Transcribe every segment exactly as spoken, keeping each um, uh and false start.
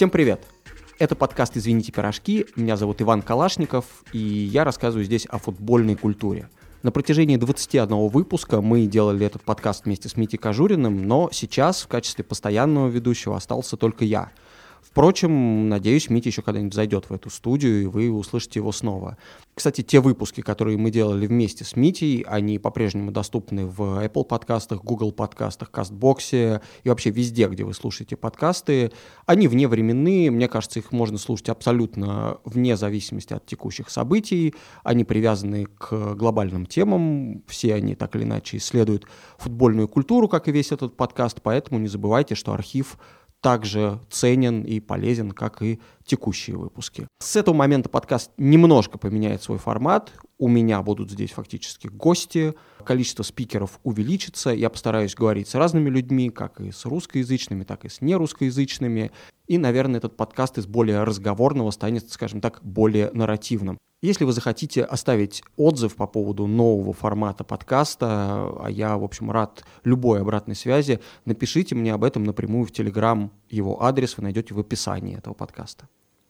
Всем привет! Это подкаст «Извините, пирожки». Меня зовут Иван Калашников, и я рассказываю здесь о футбольной культуре. На протяжении двадцати одного выпуска мы делали этот подкаст вместе с Митей Кожуриным, но сейчас в качестве постоянного ведущего остался только я. Впрочем, надеюсь, Митя еще когда-нибудь зайдет в эту студию, и вы услышите его снова. Кстати, те выпуски, которые мы делали вместе с Митей, они по-прежнему доступны в Apple подкастах, Google подкастах, Кастбоксе и вообще везде, где вы слушаете подкасты. Они вневременные, мне кажется, их можно слушать абсолютно вне зависимости от текущих событий. Они привязаны к глобальным темам, все они так или иначе исследуют футбольную культуру, как и весь этот подкаст, поэтому не забывайте, что архив также ценен и полезен, как и текущие выпуски. С этого момента подкаст немножко поменяет свой формат. У меня будут здесь фактически гости, количество спикеров увеличится. Я постараюсь говорить с разными людьми, как и с русскоязычными, так и с нерусскоязычными. И, наверное, этот подкаст из более разговорного станет, скажем так, более нарративным. Если вы захотите оставить отзыв по поводу нового формата подкаста, а я, в общем, рад любой обратной связи, напишите мне об этом напрямую в Telegram. Его адрес вы найдете в описании этого подкаста.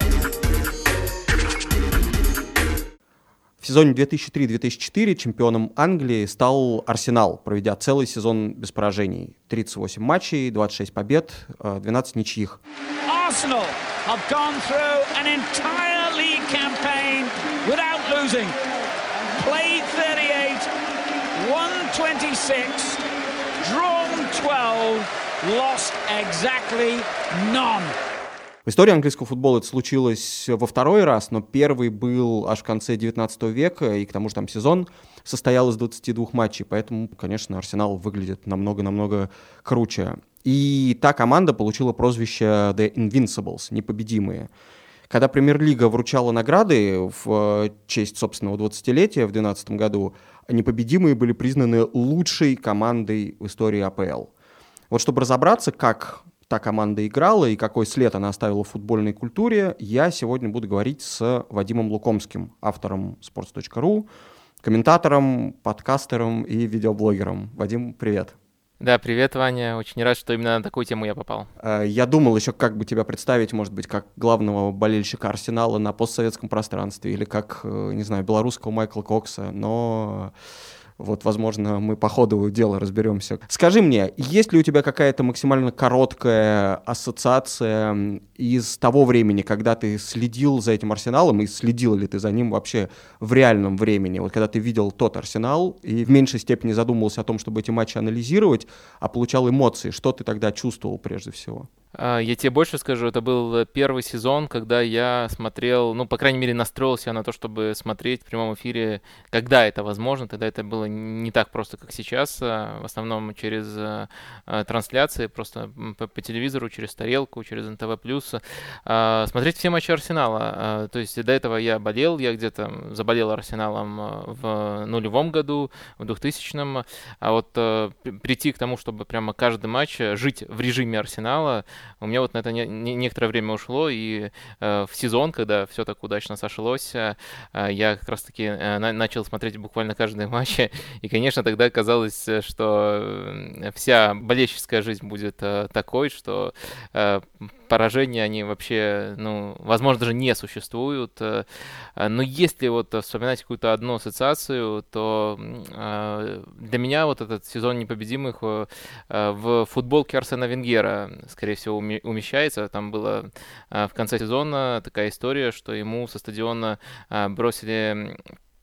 В сезоне две тысячи три - две тысячи четыре чемпионом Англии стал Арсенал, проведя целый сезон без поражений. тридцать восемь матчей, двадцать шесть побед, двенадцать ничьих. Arsenal have gone through an entire league campaign without losing. Played thirty-eight, won twenty-six, drawn twelve, lost exactly none. В истории английского футбола это случилось во второй раз, но первый был аж в конце девятнадцатого века, и к тому же там сезон состоял из двадцати двух матчей, поэтому, конечно, Арсенал выглядит намного-намного круче. И та команда получила прозвище The Invincibles, непобедимые. Когда Премьер-лига вручала награды в честь собственного двадцатилетия в две тысячи двенадцатом году, непобедимые были признаны лучшей командой в истории АПЛ. Вот чтобы разобраться, как та команда играла и какой след она оставила в футбольной культуре, я сегодня буду говорить с Вадимом Лукомским, автором спортс точка ру, комментатором, подкастером и видеоблогером. Вадим, привет. Да, привет, Ваня. Очень рад, что именно на такую тему я попал. Я думал еще, как бы тебя представить, может быть, как главного болельщика Арсенала на постсоветском пространстве или как, не знаю, белорусского Майкла Кокса, но вот, возможно, мы по ходу дела разберемся. Скажи мне, есть ли у тебя какая-то максимально короткая ассоциация из того времени, когда ты следил за этим Арсеналом, и следил ли ты за ним вообще в реальном времени? Вот когда ты видел тот Арсенал и в меньшей степени задумывался о том, чтобы эти матчи анализировать, а получал эмоции, что ты тогда чувствовал прежде всего? Я тебе больше скажу, это был первый сезон, когда я смотрел, ну, по крайней мере, настроился на то, чтобы смотреть в прямом эфире, когда это возможно. Тогда это было не так просто, как сейчас, в основном через трансляции, просто по, по телевизору, через тарелку, через эн тэ вэ плюс. Смотреть все матчи Арсенала. То есть до этого я болел, я где-то заболел Арсеналом в нулевом году, в двухтысячном. А вот прийти к тому, чтобы прямо каждый матч жить в режиме Арсенала, у меня вот на это не, не, некоторое время ушло, и э, в сезон, когда все так удачно сошлось, э, я как раз-таки э, на, начал смотреть буквально каждый матч, и, конечно, тогда казалось, что вся болельщическая жизнь будет э, такой, что э, поражения, они вообще, ну, возможно, даже не существуют. Но если вот вспоминать какую-то одну ассоциацию, то для меня вот этот сезон непобедимых в футболке Арсена Венгера, скорее всего, умещается. Там была в конце сезона такая история, что ему со стадиона бросили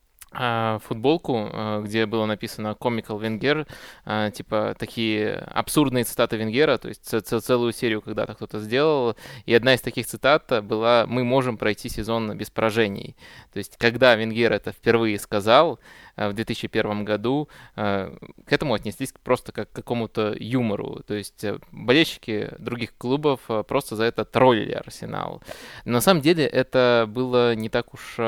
футболку, где было написано «Comical Wenger», типа такие абсурдные цитаты Венгера, то есть целую серию когда-то кто-то сделал, и одна из таких цитат была «Мы можем пройти сезон без поражений». То есть когда Венгер это впервые сказал в две тысячи первом году, к этому отнеслись просто как к какому-то юмору. То есть болельщики других клубов просто за это троллили Арсенал. Но на самом деле это было не так уж,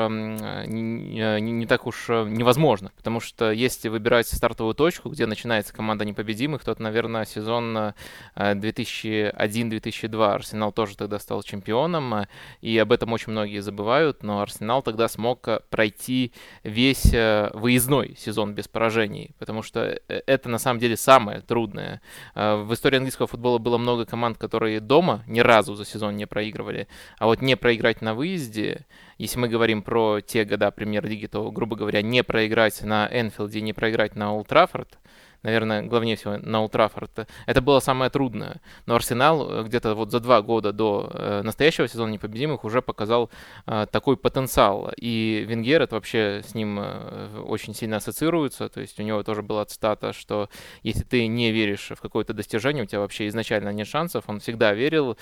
не, не так уж невозможно, потому что если выбирать стартовую точку, где начинается команда непобедимых, то это, наверное, сезон две тысячи один - две тысячи два. Арсенал тоже тогда стал чемпионом, и об этом очень многие забывают, но Арсенал тогда смог пройти весь выездной выездной сезон без поражений, потому что это на самом деле самое трудное. В истории английского футбола было много команд, которые дома ни разу за сезон не проигрывали, а вот не проиграть на выезде, если мы говорим про те года премьер-лиги, то, грубо говоря, не проиграть на Энфилде, не проиграть на Олд Траффорд, наверное, главнее всего на Олд Траффорд, это было самое трудное. Но Арсенал где-то вот за два года до э, настоящего сезона непобедимых уже показал э, такой потенциал. И Венгер, это вообще с ним э, очень сильно ассоциируется. То есть у него тоже была цитата, что если ты не веришь в какое-то достижение, у тебя вообще изначально нет шансов. Он всегда верил.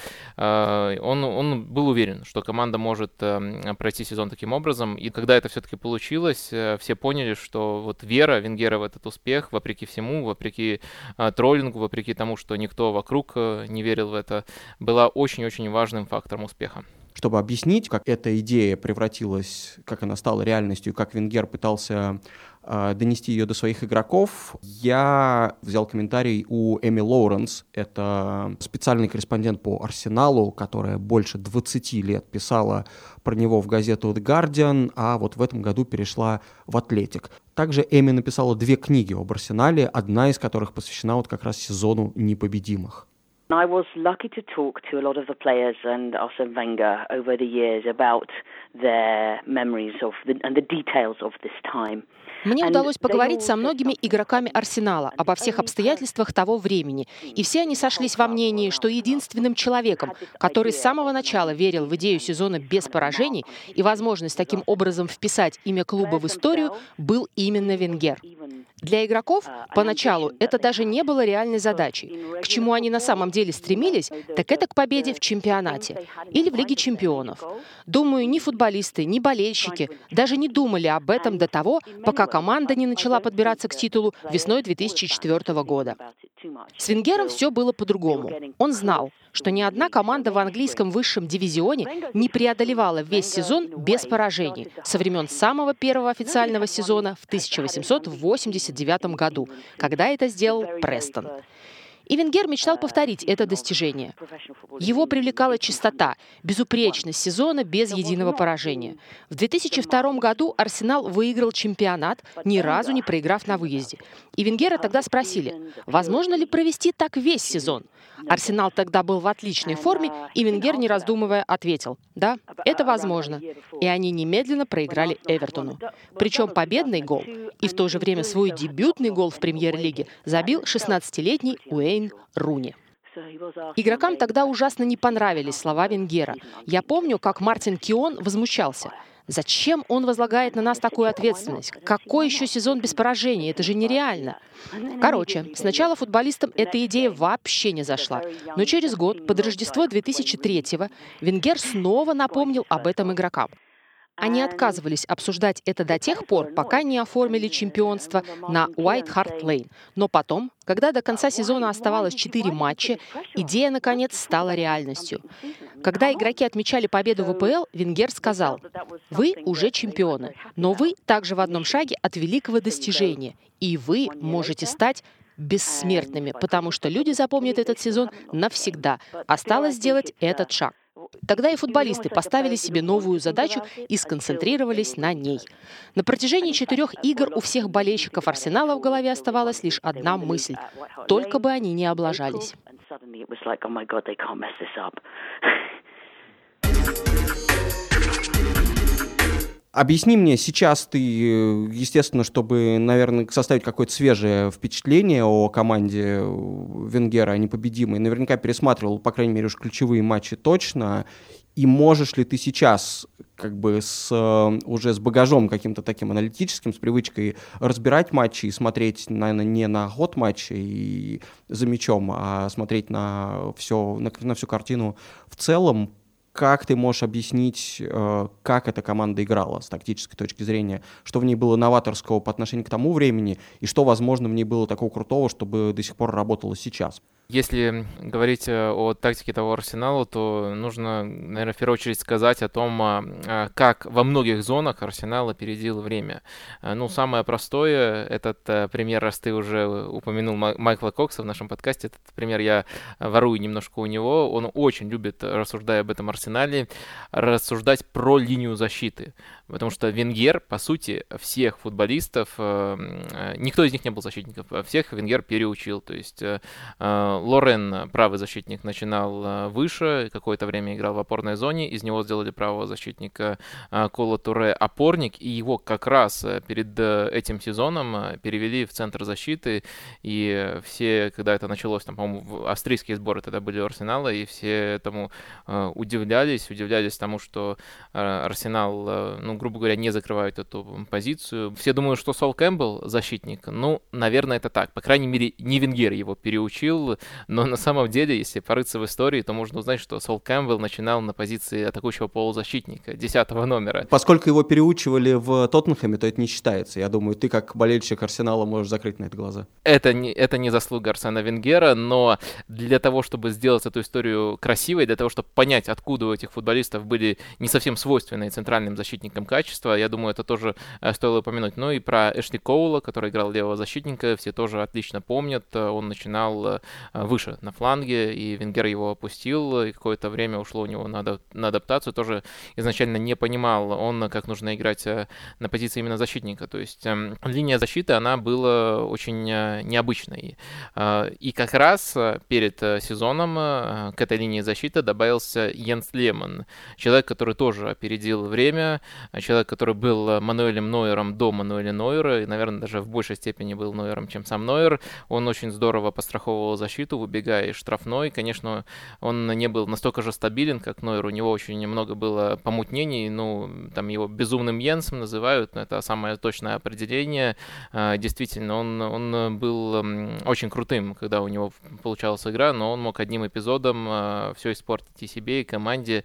Э, он, он был уверен, что команда может э, пройти сезон таким образом. И когда это все-таки получилось, э, все поняли, что вот вера Венгера в этот успех, вопреки всему, вопреки а, троллингу, вопреки тому, что никто вокруг а, не верил в это, была очень-очень важным фактором успеха. Чтобы объяснить, как эта идея превратилась, как она стала реальностью, как Венгер пытался э, донести ее до своих игроков, я взял комментарий у Эми Лоуренс. Это специальный корреспондент по Арсеналу, которая больше двадцати лет писала про него в газету The Guardian, а вот в этом году перешла в Athletic. Также Эми написала две книги об Арсенале, одна из которых посвящена вот как раз сезону непобедимых. I was lucky to talk to a lot of the players and Arsene Wenger over the years about their memories of the, and the details of this time. Мне удалось поговорить со многими игроками Арсенала обо всех обстоятельствах того времени, и все они сошлись во мнении, что единственным человеком, который с самого начала верил в идею сезона без поражений и возможность таким образом вписать имя клуба в историю, был именно Венгер. Для игроков поначалу это даже не было реальной задачей. К чему они на самом деле стремились, так это к победе в чемпионате или в Лиге чемпионов. Думаю, ни футболисты, ни болельщики даже не думали об этом до того, пока команда не начала подбираться к титулу весной две тысячи четвёртого года. С Венгером все было по-другому. Он знал, что ни одна команда в английском высшем дивизионе не преодолевала весь сезон без поражений со времен самого первого официального сезона в тысяча восемьсот восемьдесят девятом году, когда это сделал Престон. И Венгер мечтал повторить это достижение. Его привлекала чистота, безупречность сезона без единого поражения. В две тысячи втором году Арсенал выиграл чемпионат, ни разу не проиграв на выезде. И Венгера тогда спросили, возможно ли провести так весь сезон? Арсенал тогда был в отличной форме, и Венгер, не раздумывая, ответил, да, это возможно. И они немедленно проиграли Эвертону. Причем победный гол и в то же время свой дебютный гол в премьер-лиге забил шестнадцатилетний Уэйн Руни. Игрокам тогда ужасно не понравились слова Венгера. Я помню, как Мартин Кион возмущался. Зачем он возлагает на нас такую ответственность? Какой еще сезон без поражений? Это же нереально. Короче, сначала футболистам эта идея вообще не зашла. Но через год, под Рождество две тысячи третьего, Венгер снова напомнил об этом игрокам. Они отказывались обсуждать это до тех пор, пока не оформили чемпионство на White Hart Lane. Но потом, когда до конца сезона оставалось четыре матча, идея, наконец, стала реальностью. Когда игроки отмечали победу в АПЛ, Венгер сказал, «Вы уже чемпионы, но вы также в одном шаге от великого достижения, и вы можете стать бессмертными, потому что люди запомнят этот сезон навсегда. Осталось сделать этот шаг». Тогда и футболисты поставили себе новую задачу и сконцентрировались на ней. На протяжении четырех игр у всех болельщиков Арсенала в голове оставалась лишь одна мысль – только бы они не облажались. Объясни мне, сейчас ты, естественно, чтобы, наверное, составить какое-то свежее впечатление о команде Венгера, непобедимой, наверняка пересматривал, по крайней мере, уж ключевые матчи точно. И можешь ли ты сейчас, как бы с, уже с багажом каким-то таким аналитическим, с привычкой разбирать матчи и смотреть, наверное, не на ход матча и за мячом, а смотреть на, все, на, на всю картину в целом? Как ты можешь объяснить, как эта команда играла с тактической точки зрения? Что в ней было новаторского по отношению к тому времени? И что, возможно, в ней было такого крутого, чтобы до сих пор работало сейчас? Если говорить о тактике того Арсенала, то нужно, наверное, в первую очередь сказать о том, как во многих зонах Арсенал опередил время. Ну, самое простое, этот пример, раз ты уже упомянул Майкла Кокса в нашем подкасте, этот пример я ворую немножко у него. Он очень любит, рассуждая об этом Арсенале, рассуждать про линию защиты. Потому что Венгер, по сути, всех футболистов, никто из них не был защитником, всех Венгер переучил. То есть Лорен, правый защитник, начинал выше, какое-то время играл в опорной зоне, из него сделали правого защитника Кола Туре опорник, и его как раз перед этим сезоном перевели в центр защиты, и все, когда это началось, там, по-моему, австрийские сборы тогда были у Арсенала, и все этому удивлялись, удивлялись тому, что Арсенал, ну, грубо говоря, не закрывают эту позицию. Все думают, что Сол Кэмпбелл защитник. Ну, наверное, это так. По крайней мере, не Венгер его переучил, но на самом деле, если порыться в истории, то можно узнать, что Сол Кэмпбелл начинал на позиции атакующего полузащитника, десятого номера. Поскольку его переучивали в Тоттенхэме, то это не считается. Я думаю, ты как болельщик Арсенала можешь закрыть на это глаза. Это не, это не заслуга Арсена Венгера, но для того, чтобы сделать эту историю красивой, для того, чтобы понять, откуда у этих футболистов были не совсем свойственные центральным защитникам качества, я думаю, это тоже стоило упомянуть. Ну и про Эшли Коула, который играл левого защитника, все тоже отлично помнят. Он начинал выше на фланге, и Венгер его опустил, и какое-то время ушло у него на, на адаптацию. Тоже изначально не понимал он, как нужно играть на позиции именно защитника. То есть э, линия защиты, она была очень необычной. Э, и как раз перед сезоном э, к этой линии защиты добавился Йенс Леман. Человек, который тоже опередил время, человек, который был Мануэлем Нойером до Мануэля Нойера, и, наверное, даже в большей степени был Нойером, чем сам Нойер. Он очень здорово постраховывал защиту, выбегая из штрафной. Конечно, он не был настолько же стабилен, как Нойер. У него очень много было помутнений. Ну, там его безумным Йенсом называют, но это самое точное определение. Действительно, он, он был очень крутым, когда у него получалась игра, но он мог одним эпизодом все испортить и себе, и команде.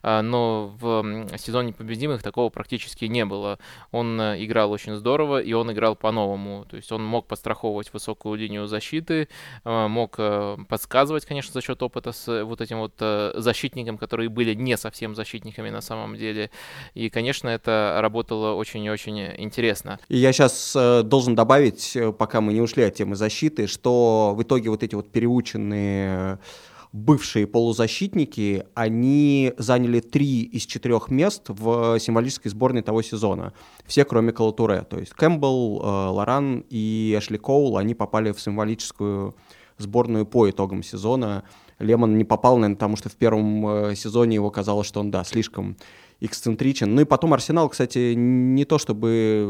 Но в сезоне непобедимых такого практически не было. Он играл очень здорово, и он играл по-новому. То есть он мог подстраховывать высокую линию защиты, мог подсказывать, конечно, за счет опыта с вот этим вот защитником, которые были не совсем защитниками на самом деле. И, конечно, это работало очень и очень интересно. И я сейчас э, должен добавить, пока мы не ушли от темы защиты, что в итоге вот эти вот переученные бывшие полузащитники, они заняли три из четырех мест в символической сборной того сезона. Все, кроме Кола Туре. То есть Кэмпбелл, э, Лоран и Эшли Коул, они попали в символическую сборную по итогам сезона. Лемон не попал, наверное, потому что в первом э, сезоне его казалось, что он, да, слишком эксцентричен. Ну и потом Арсенал, кстати, не то чтобы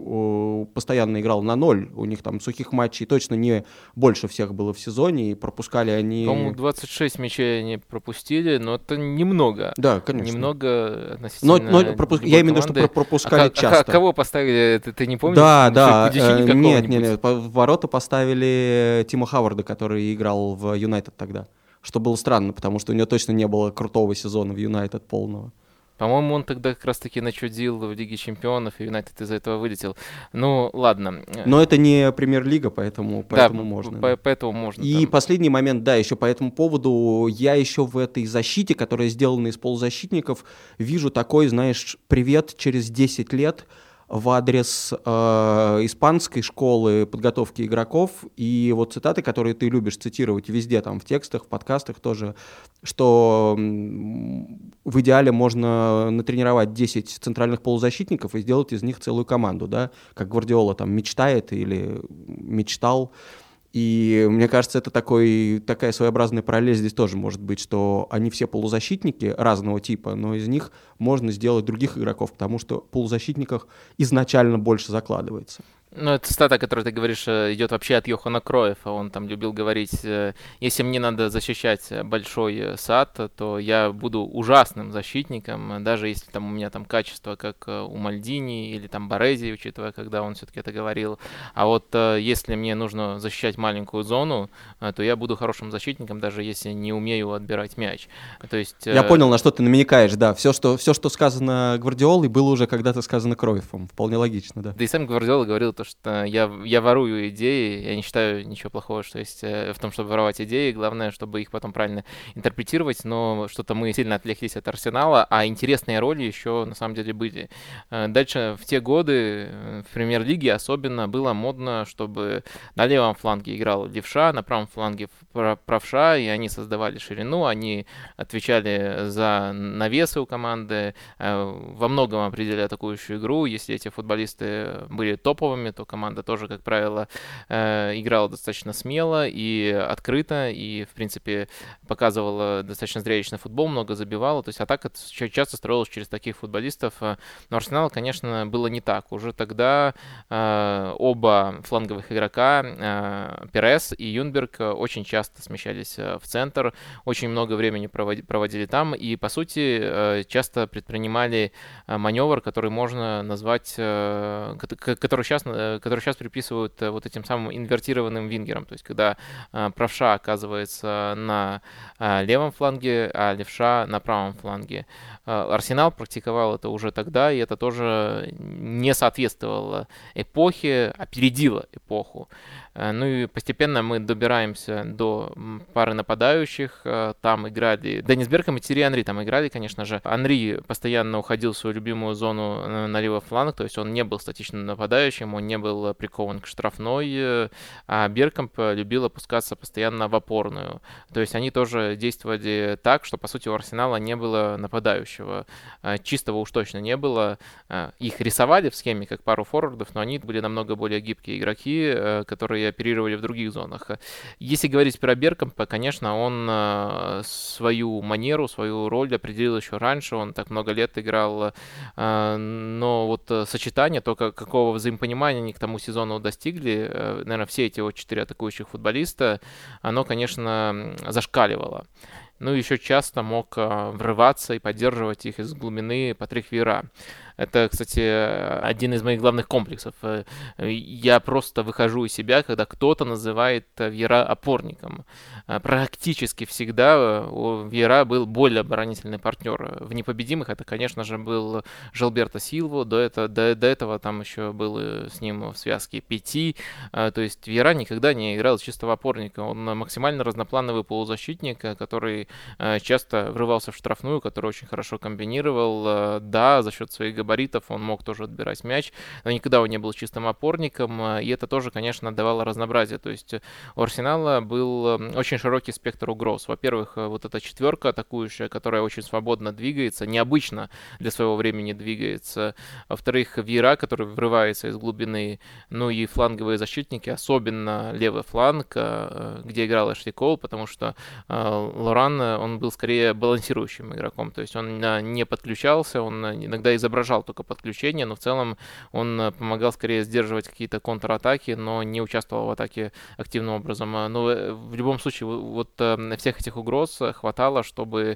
э, постоянно играл на ноль. У них там сухих матчей точно не больше всех было в сезоне, и пропускали они... По-моему, двадцать шесть мячей они пропустили, но это немного. Да, конечно. Немного относительно... Но, но пропуск... Я имею в виду, что пропускали а, часто. А, а кого поставили, ты, ты не помнишь? Да, да. Э, нет, нет, нет. В ворота поставили Тима Хаварда, который играл в Юнайтед тогда. Что было странно, потому что у него точно не было крутого сезона в Юнайтед полного. По-моему, он тогда как раз-таки начудил в Лиге Чемпионов, и Юнайтед из-за этого вылетел. Ну, ладно. Но это не Премьер-лига, поэтому, поэтому да, можно. По- да, поэтому можно. И там. Последний момент, да, еще по этому поводу. Я еще в этой защите, которая сделана из полузащитников, вижу такой, знаешь, привет через десять лет в адрес э, испанской школы подготовки игроков. И вот цитаты, которые ты любишь цитировать везде, там, в текстах, в подкастах тоже, что в идеале можно натренировать десять центральных полузащитников и сделать из них целую команду, да, как Гвардиола там мечтает или мечтал. И мне кажется, это такой, такая своеобразная параллель здесь тоже может быть, что они все полузащитники разного типа, но из них можно сделать других игроков, потому что в полузащитниках изначально больше закладывается. Ну, это цитата, о которой ты говоришь, идет вообще от Йохана Кройфа. Он там любил говорить: если мне надо защищать большой сад, то я буду ужасным защитником, даже если там у меня там качество, как у Мальдини или там Барези, учитывая, когда он все-таки это говорил. А вот если мне нужно защищать маленькую зону, то я буду хорошим защитником, даже если не умею отбирать мяч. То есть... Я понял, на что ты намекаешь, да. Все, что, все, что сказано Гвардиолой, было уже когда-то сказано Кройфом. Вполне логично, да. Да и сам Гвардиола говорил то, что я, я ворую идеи, я не считаю ничего плохого, что есть в том, чтобы воровать идеи, главное, чтобы их потом правильно интерпретировать, но что-то мы сильно отвлеклись от Арсенала, а интересные роли еще на самом деле были. Дальше в те годы в премьер-лиге особенно было модно, чтобы на левом фланге играл левша, на правом фланге правша, и они создавали ширину, они отвечали за навесы у команды, во многом определяли атакующую игру. Если эти футболисты были топовыми, то команда тоже, как правило, играла достаточно смело и открыто, и, в принципе, показывала достаточно зрелищный футбол, много забивала. То есть атака часто строилась через таких футболистов. Но Арсенал, конечно, было не так. Уже тогда оба фланговых игрока, Перес и Юнберг, очень часто смещались в центр, очень много времени проводили там, и, по сути, часто предпринимали маневр, который можно назвать, который сейчас, который сейчас приписывают вот этим самым инвертированным вингерам, то есть когда правша оказывается на левом фланге, а левша на правом фланге. Арсенал практиковал это уже тогда, и это тоже не соответствовало эпохе, опередило эпоху. Ну и постепенно мы добираемся до пары нападающих. Там играли Деннис Бергкамп и Тьерри Анри. Там играли, конечно же. Анри постоянно уходил в свою любимую зону на левый фланг, то есть он не был статичным нападающим, он не был прикован к штрафной, а Бергкамп любил опускаться постоянно в опорную. То есть они тоже действовали так, что, по сути, у Арсенала не было нападающего. Чистого уж точно не было. Их рисовали в схеме как пару форвардов, но они были намного более гибкие игроки, которые оперировали в других зонах. Если говорить про Бергкампа, конечно, он свою манеру, свою роль определил еще раньше, он так много лет играл, но вот сочетание, то, какого взаимопонимания они к тому сезону достигли, наверное, все эти вот четыре атакующих футболиста, оно, конечно, зашкаливало. Ну, еще часто мог врываться и поддерживать их из глубины Патрик Виейра. Это, кстати, один из моих главных комплексов. Я просто выхожу из себя, когда кто-то называет Виейра опорником. Практически всегда у Виейра был более оборонительный партнер. В «Непобедимых» это, конечно же, был Жилберто Силва. До этого, до, до этого там еще был с ним в связке Пети. То есть Виейра никогда не играл чистого опорника. Он максимально разноплановый полузащитник, который часто врывался в штрафную, который очень хорошо комбинировал. Да, за счет своих габаритов он мог тоже отбирать мяч, но никогда он не был чистым опорником, и это тоже, конечно, давало разнообразие. То есть у Арсенала был очень широкий спектр угроз. Во-первых, вот эта четверка атакующая, которая очень свободно двигается, необычно для своего времени двигается. Во-вторых, Виейра, который врывается из глубины, ну и фланговые защитники, особенно левый фланг, где играл Эшли Коул, потому что Лоран, он был скорее балансирующим игроком, то есть он не подключался, он иногда изображал только подключение, но в целом он помогал скорее сдерживать какие-то контратаки, но не участвовал в атаке активным образом. Но в любом случае вот всех этих угроз хватало, чтобы,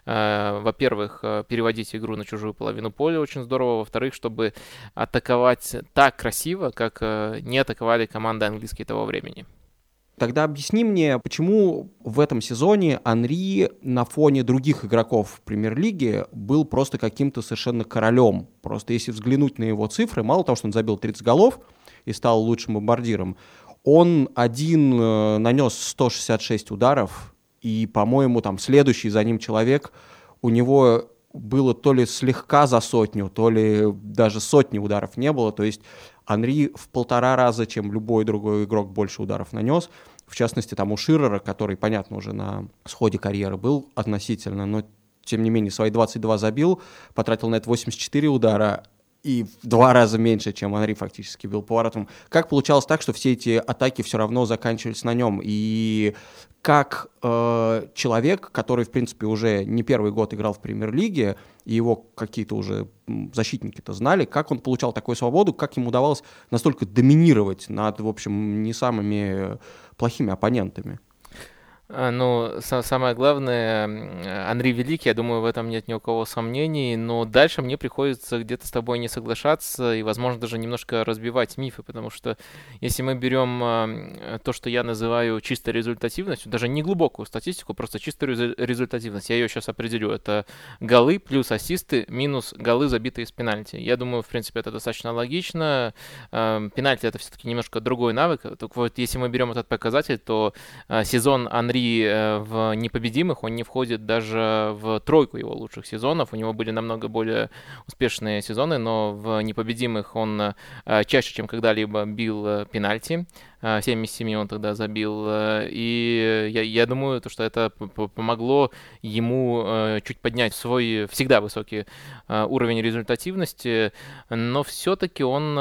во-первых, переводить игру на чужую половину поля очень здорово, во-вторых, чтобы атаковать так красиво, как не атаковали команды английские того времени. Тогда объясни мне, почему в этом сезоне Анри на фоне других игроков премьер-лиги был просто каким-то совершенно королем. Просто если взглянуть на его цифры, мало того, что он забил тридцать голов и стал лучшим бомбардиром, он один э, нанес сто шестьдесят шесть ударов, и, по-моему, там следующий за ним человек, у него было то ли слегка за сотню, то ли даже сотни ударов не было, то есть Анри в полтора раза, чем любой другой игрок, больше ударов нанес. В частности, там у Ширера, который, понятно, уже на сходе карьеры был относительно, но, тем не менее, свои двадцать два забил, потратил на это восемьдесят четыре удара, и в два раза меньше, чем Анри фактически бил по воротам. Как получалось так, что все эти атаки все равно заканчивались на нем? И как э, человек, который, в принципе, уже не первый год играл в премьер-лиге, и его какие-то уже защитники-то знали, как он получал такую свободу, как ему удавалось настолько доминировать над, в общем, не самыми плохими оппонентами? Ну, самое главное, Анри великий, я думаю, в этом нет ни у кого сомнений, но дальше мне приходится где-то с тобой не соглашаться и, возможно, даже немножко разбивать мифы, потому что если мы берем то, что я называю чистой результативностью, даже не глубокую статистику, просто чистую результативность, я ее сейчас определю, это голы плюс ассисты минус голы, забитые с пенальти. Я думаю, в принципе, это достаточно логично. Пенальти — это все-таки немножко другой навык. Так вот, если мы берем этот показатель, то сезон Анри в непобедимых, он не входит даже в тройку его лучших сезонов. У него были намного более успешные сезоны, но в непобедимых он чаще, чем когда-либо, бил пенальти. семь из семи он тогда забил. И я, я думаю, что это помогло ему чуть поднять свой всегда высокий уровень результативности, но все-таки он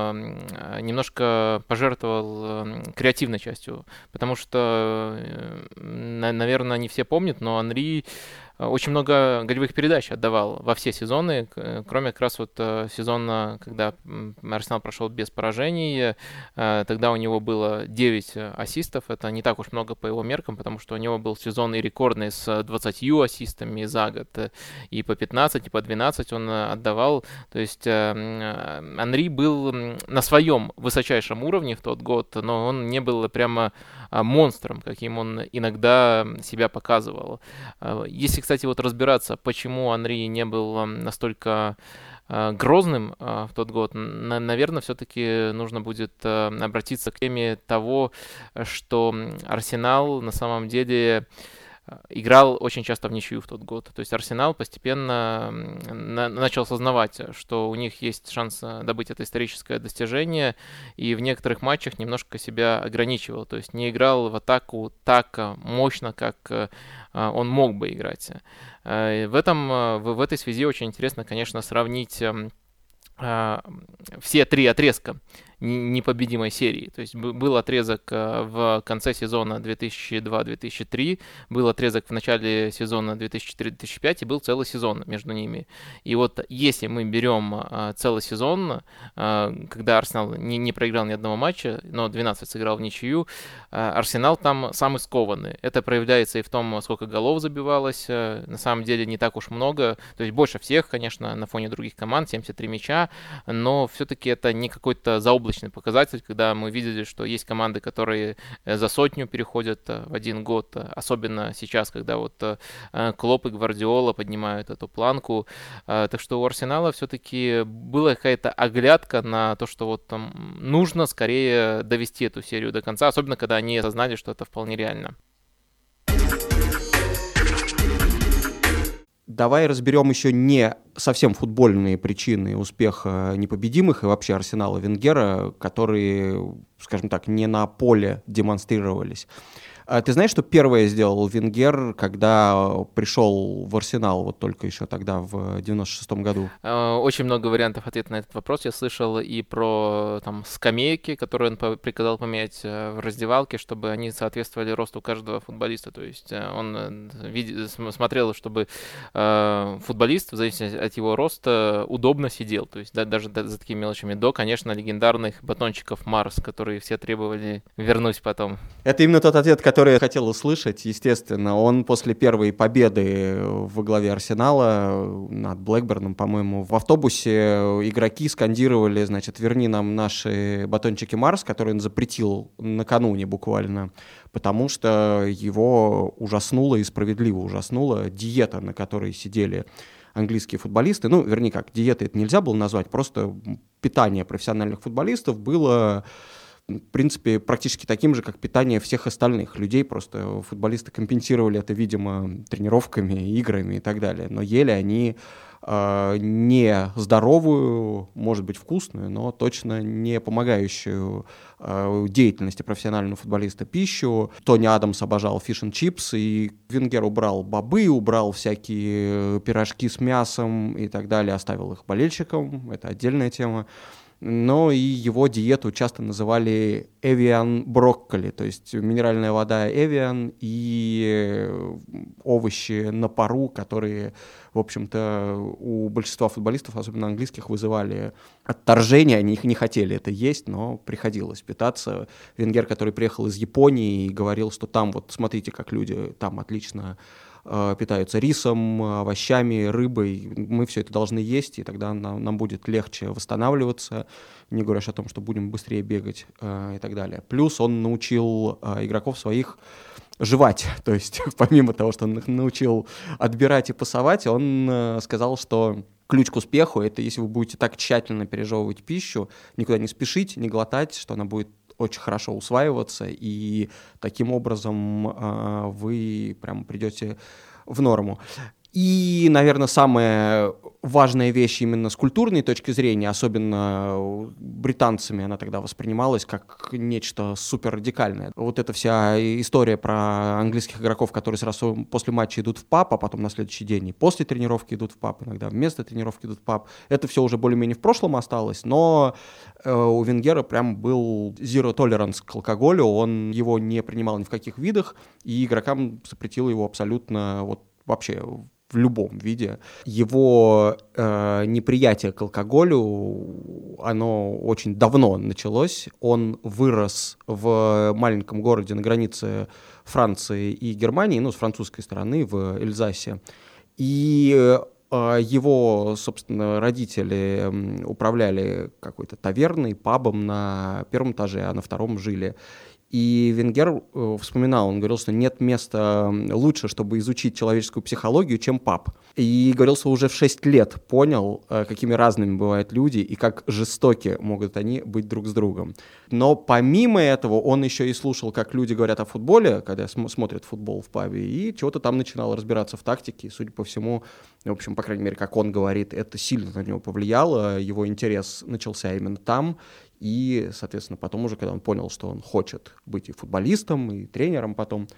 немножко пожертвовал креативной частью, потому что, наверное, не все помнят, но Анри очень много голевых передач отдавал во все сезоны, кроме как раз вот сезона, когда Арсенал прошел без поражений. Тогда у него было девять ассистов. Это не так уж много по его меркам, потому что у него был сезон и рекордный с двадцатью ассистами за год. И по пятнадцать, и по двенадцать он отдавал. То есть Анри был на своем высочайшем уровне в тот год, но он не был прямо монстром, каким он иногда себя показывал. Если, кстати, вот разбираться, почему Анри не был настолько грозным в тот год, наверное, все-таки нужно будет обратиться к теме того, что Арсенал на самом деле играл очень часто в ничью в тот год. То есть Арсенал постепенно на- начал осознавать, что у них есть шанс добыть это историческое достижение, и в некоторых матчах немножко себя ограничивал. То есть не играл в атаку так мощно, как он мог бы играть. В этом, в, в этой связи очень интересно, конечно, сравнить все три отрезка непобедимой серии. То есть был отрезок в конце сезона две тысячи два - две тысячи три, был отрезок в начале сезона две тысячи четыре - две тысячи пять, и был целый сезон между ними. И вот если мы берем целый сезон, когда Арсенал не, не проиграл ни одного матча, но двенадцать сыграл в ничью, Арсенал там самый скованный. Это проявляется и в том, сколько голов забивалось. На самом деле не так уж много. То есть больше всех, конечно, на фоне других команд, семьдесят три мяча, но все-таки это не какой-то заоблачный показатель, когда мы видели, что есть команды, которые за сотню переходят в один год, особенно сейчас, когда вот Клоп и Гвардиола поднимают эту планку. Так что у Арсенала все-таки была какая-то оглядка на то, что вот там нужно скорее довести эту серию до конца, особенно когда они осознали, что это вполне реально. Давай разберем еще не совсем футбольные причины успеха непобедимых и вообще Арсенала Венгера, которые, скажем так, не на поле демонстрировались. Ты знаешь, что первое сделал Венгер, когда пришел в Арсенал, вот только еще тогда, в девяносто шестом году? Очень много вариантов ответа на этот вопрос. Я слышал и про там скамейки, которые он приказал поменять в раздевалке, чтобы они соответствовали росту каждого футболиста. То есть он видел, смотрел, чтобы футболист, в зависимости от его роста, удобно сидел. То есть да, даже за такими мелочами. До, конечно, легендарных батончиков Марс, которые все требовали вернуть потом. Это именно тот ответ, который который я хотел услышать, естественно. Он после первой победы во главе Арсенала над Блэкберном, по-моему, в автобусе игроки скандировали, значит, верни нам наши батончики Марс, которые он запретил накануне буквально, потому что его ужаснула и справедливо ужаснула диета, на которой сидели английские футболисты. Ну, вернее, как, диетой это нельзя было назвать, просто питание профессиональных футболистов было, в принципе, практически таким же, как питание всех остальных людей. Просто футболисты компенсировали это, видимо, тренировками, играми и так далее. Но ели они э, не здоровую, может быть, вкусную, но точно не помогающую э, деятельности профессионального футболиста пищу. Тони Адамс обожал фиш-н-чипс, и Венгер убрал бобы, убрал всякие пирожки с мясом и так далее, оставил их болельщикам. Это отдельная тема. но и его диету часто называли Evian брокколи, то есть минеральная вода Evian и овощи на пару, которые, в общем-то, у большинства футболистов, особенно английских, вызывали отторжение, они их не хотели это есть, но приходилось питаться. Венгер, который приехал из Японии и говорил, что там вот смотрите, как люди там отлично питаются рисом, овощами, рыбой. Мы все это должны есть, и тогда нам, нам будет легче восстанавливаться, не говоря о том, что будем быстрее бегать э, и так далее. Плюс он научил э, игроков своих жевать, то есть помимо того, что он их научил отбирать и пасовать, он э, сказал, что ключ к успеху — это если вы будете так тщательно пережевывать пищу, никуда не спешить, не глотать, что она будет очень хорошо усваиваться, и таким образом э, вы прям придете в норму. И, наверное, самая важная вещь именно с культурной точки зрения, особенно британцами, она тогда воспринималась как нечто суперрадикальное. Вот эта вся история про английских игроков, которые сразу после матча идут в паб, а потом на следующий день и после тренировки идут в паб, иногда вместо тренировки идут в паб. Это все уже более-менее в прошлом осталось, но э, у Венгера прям был zero tolerance к алкоголю, он его не принимал ни в каких видах, и игрокам запретил его абсолютно вот вообще в любом виде. Его э, неприятие к алкоголю, оно очень давно началось. Он вырос в маленьком городе на границе Франции и Германии, ну, с французской стороны, в Эльзасе. И э, его, собственно, родители управляли какой-то таверной, пабом на первом этаже, а на втором жили. И Венгер э, вспоминал, он говорил, что нет места лучше, чтобы изучить человеческую психологию, чем паб. И говорил, что уже в шесть лет понял, э, какими разными бывают люди и как жестоки могут они быть друг с другом. Но помимо этого он еще и слушал, как люди говорят о футболе, когда см- смотрят футбол в пабе, и чего-то там начинал разбираться в тактике. И, судя по всему, в общем, по крайней мере, как он говорит, это сильно на него повлияло, его интерес начался именно там. И, соответственно, потом уже, когда он понял, что он хочет быть и футболистом, и тренером потом,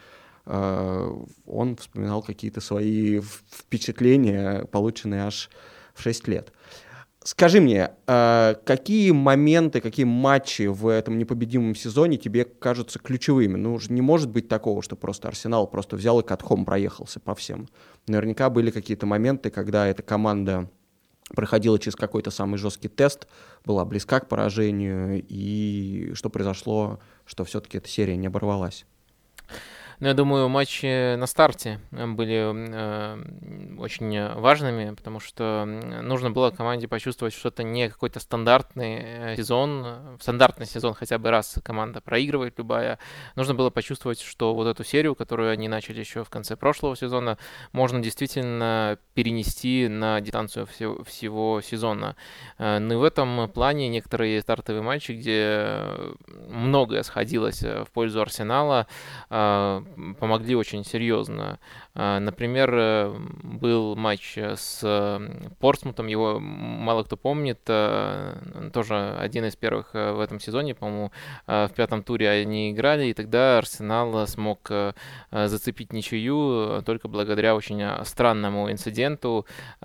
э, он вспоминал какие-то свои впечатления, полученные аж в шесть лет. Скажи мне, э, какие моменты, какие матчи в этом непобедимом сезоне тебе кажутся ключевыми? Ну, уже не может быть такого, что просто Арсенал просто взял и катхом проехался по всем. Наверняка были какие-то моменты, когда эта команда проходила через какой-то самый жесткий тест, была близка к поражению, и что произошло, что все-таки эта серия не оборвалась? Ну, я думаю, матчи на старте были э, очень важными, потому что нужно было команде почувствовать, что это не какой-то стандартный сезон. В стандартный сезон хотя бы раз команда проигрывает любая. Нужно было почувствовать, что вот эту серию, которую они начали еще в конце прошлого сезона, можно действительно перенести на дистанцию всего, всего сезона. Ну и в этом плане некоторые стартовые матчи, где многое сходилось в пользу Арсенала, помогли очень серьезно. Например, был матч с Портсмутом, его мало кто помнит, тоже один из первых в этом сезоне, по-моему, в пятом туре они играли, и тогда Арсенал смог зацепить ничью только благодаря очень странному инциденту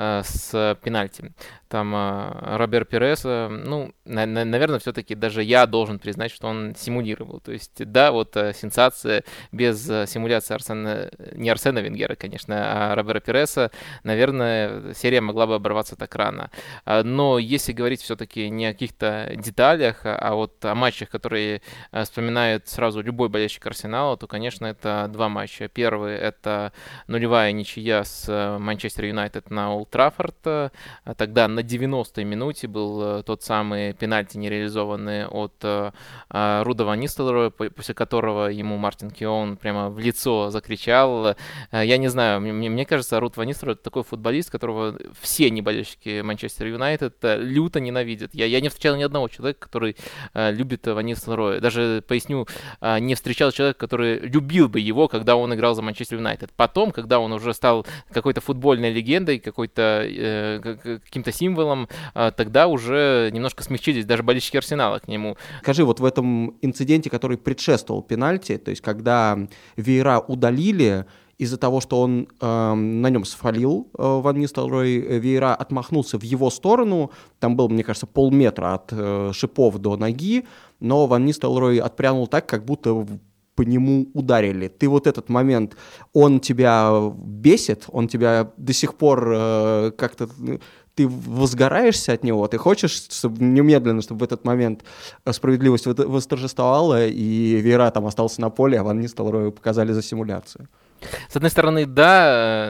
с пенальти. Там Робер Пирес, ну, на- на- наверное, все-таки даже я должен признать, что он симулировал. То есть, да, вот сенсация без симуляции Арсена, не Арсена Венгера, конечно, а Робера Пиреса, наверное, серия могла бы оборваться так рано. Но если говорить все-таки не о каких-то деталях, а вот о матчах, которые вспоминает сразу любой болельщик Арсенала, то, конечно, это два матча. Первый — это нулевая ничья с Манчестер Юнайтед на Олд Траффорд. Тогда на девяностой минуте был тот самый пенальти нереализованный от Руда ван Нистелрooя, после которого ему Мартин Кеоун прямо в лицо закричал. Я не знаю, мне, мне кажется, Руд ван Нистелрooy — это такой футболист, которого все неболельщики Манчестер Юнайтед люто ненавидят. Я, я не встречал ни одного человека, который э, любит ван Нистелрooя. Даже, поясню, э, не встречал человека, который любил бы его, когда он играл за Манчестер Юнайтед. Потом, когда он уже стал какой-то футбольной легендой, какой-то, э, каким-то символом, э, тогда уже немножко смягчились даже болельщики Арсенала к нему. Скажи, вот в этом инциденте, который предшествовал пенальти, то есть когда ви эй ар удалили, из-за того, что он э, на нем сфалил э, Ван Нистелрой, Вейра отмахнулся в его сторону, там был, мне кажется, полметра от э, шипов до ноги, но Ван Нистелрой отпрянул так, как будто по нему ударили. Ты вот этот момент, он тебя бесит, он тебя до сих пор э, как-то... Ты возгораешься от него, ты хочешь, чтобы немедленно, чтобы в этот момент справедливость восторжествовала, и Вейра там остался на поле, а Ван Нистелрою показали за симуляцию. С одной стороны, да,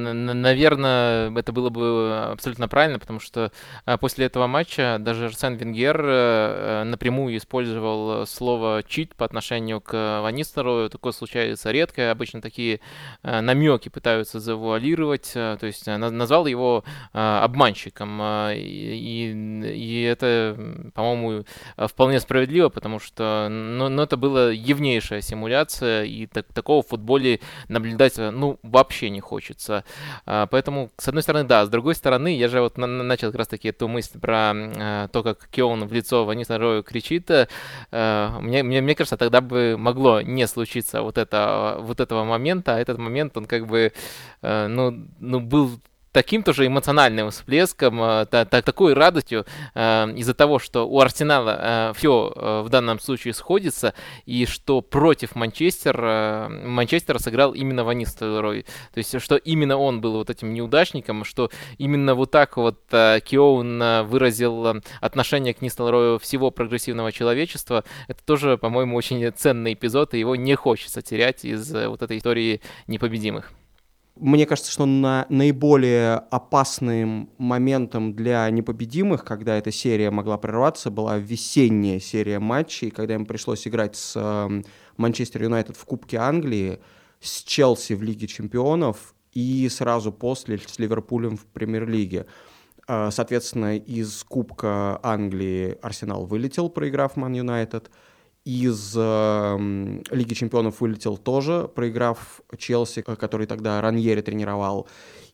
наверное, это было бы абсолютно правильно, потому что после этого матча даже Арсен Венгер напрямую использовал слово «чит» по отношению к Ван Нистелрою. Такое случается редко, обычно такие намеки пытаются завуалировать, то есть назвал его обманщиком, и, и это, по-моему, вполне справедливо, потому что ну, ну, это была явнейшая симуляция, и так, такого в футболе наблюдать ну, вообще не хочется. А, поэтому, с одной стороны, да. С другой стороны, я же вот на- начал как раз-таки эту мысль про а, то, как Кёун в лицо Ван Нистелрою кричит. А, мне, мне, мне кажется, тогда бы могло не случиться вот, это, вот этого момента. А этот момент, он как бы, а, ну, ну, был таким тоже эмоциональным всплеском, та, та, такой радостью э, из-за того, что у Арсенала э, все э, в данном случае сходится, и что против Манчестера, э, Манчестера сыграл именно Ван Нистелрой. То есть, что именно он был вот этим неудачником, что именно вот так вот э, Кёун э, выразил отношение к Нистелрою всего прогрессивного человечества. Это тоже, по-моему, очень ценный эпизод, и его не хочется терять из э, вот этой истории непобедимых. Мне кажется, что на наиболее опасным моментом для непобедимых, когда эта серия могла прерваться, была весенняя серия матчей, когда им пришлось играть с э, Манчестер Юнайтед в Кубке Англии, с Челси в Лиге Чемпионов и сразу после с Ливерпулем в Премьер-лиге. Э, соответственно, из Кубка Англии Арсенал вылетел, проиграв Ман Юнайтед. Из э, Лиги Чемпионов вылетел тоже, проиграв Челси, который тогда Раньери тренировал.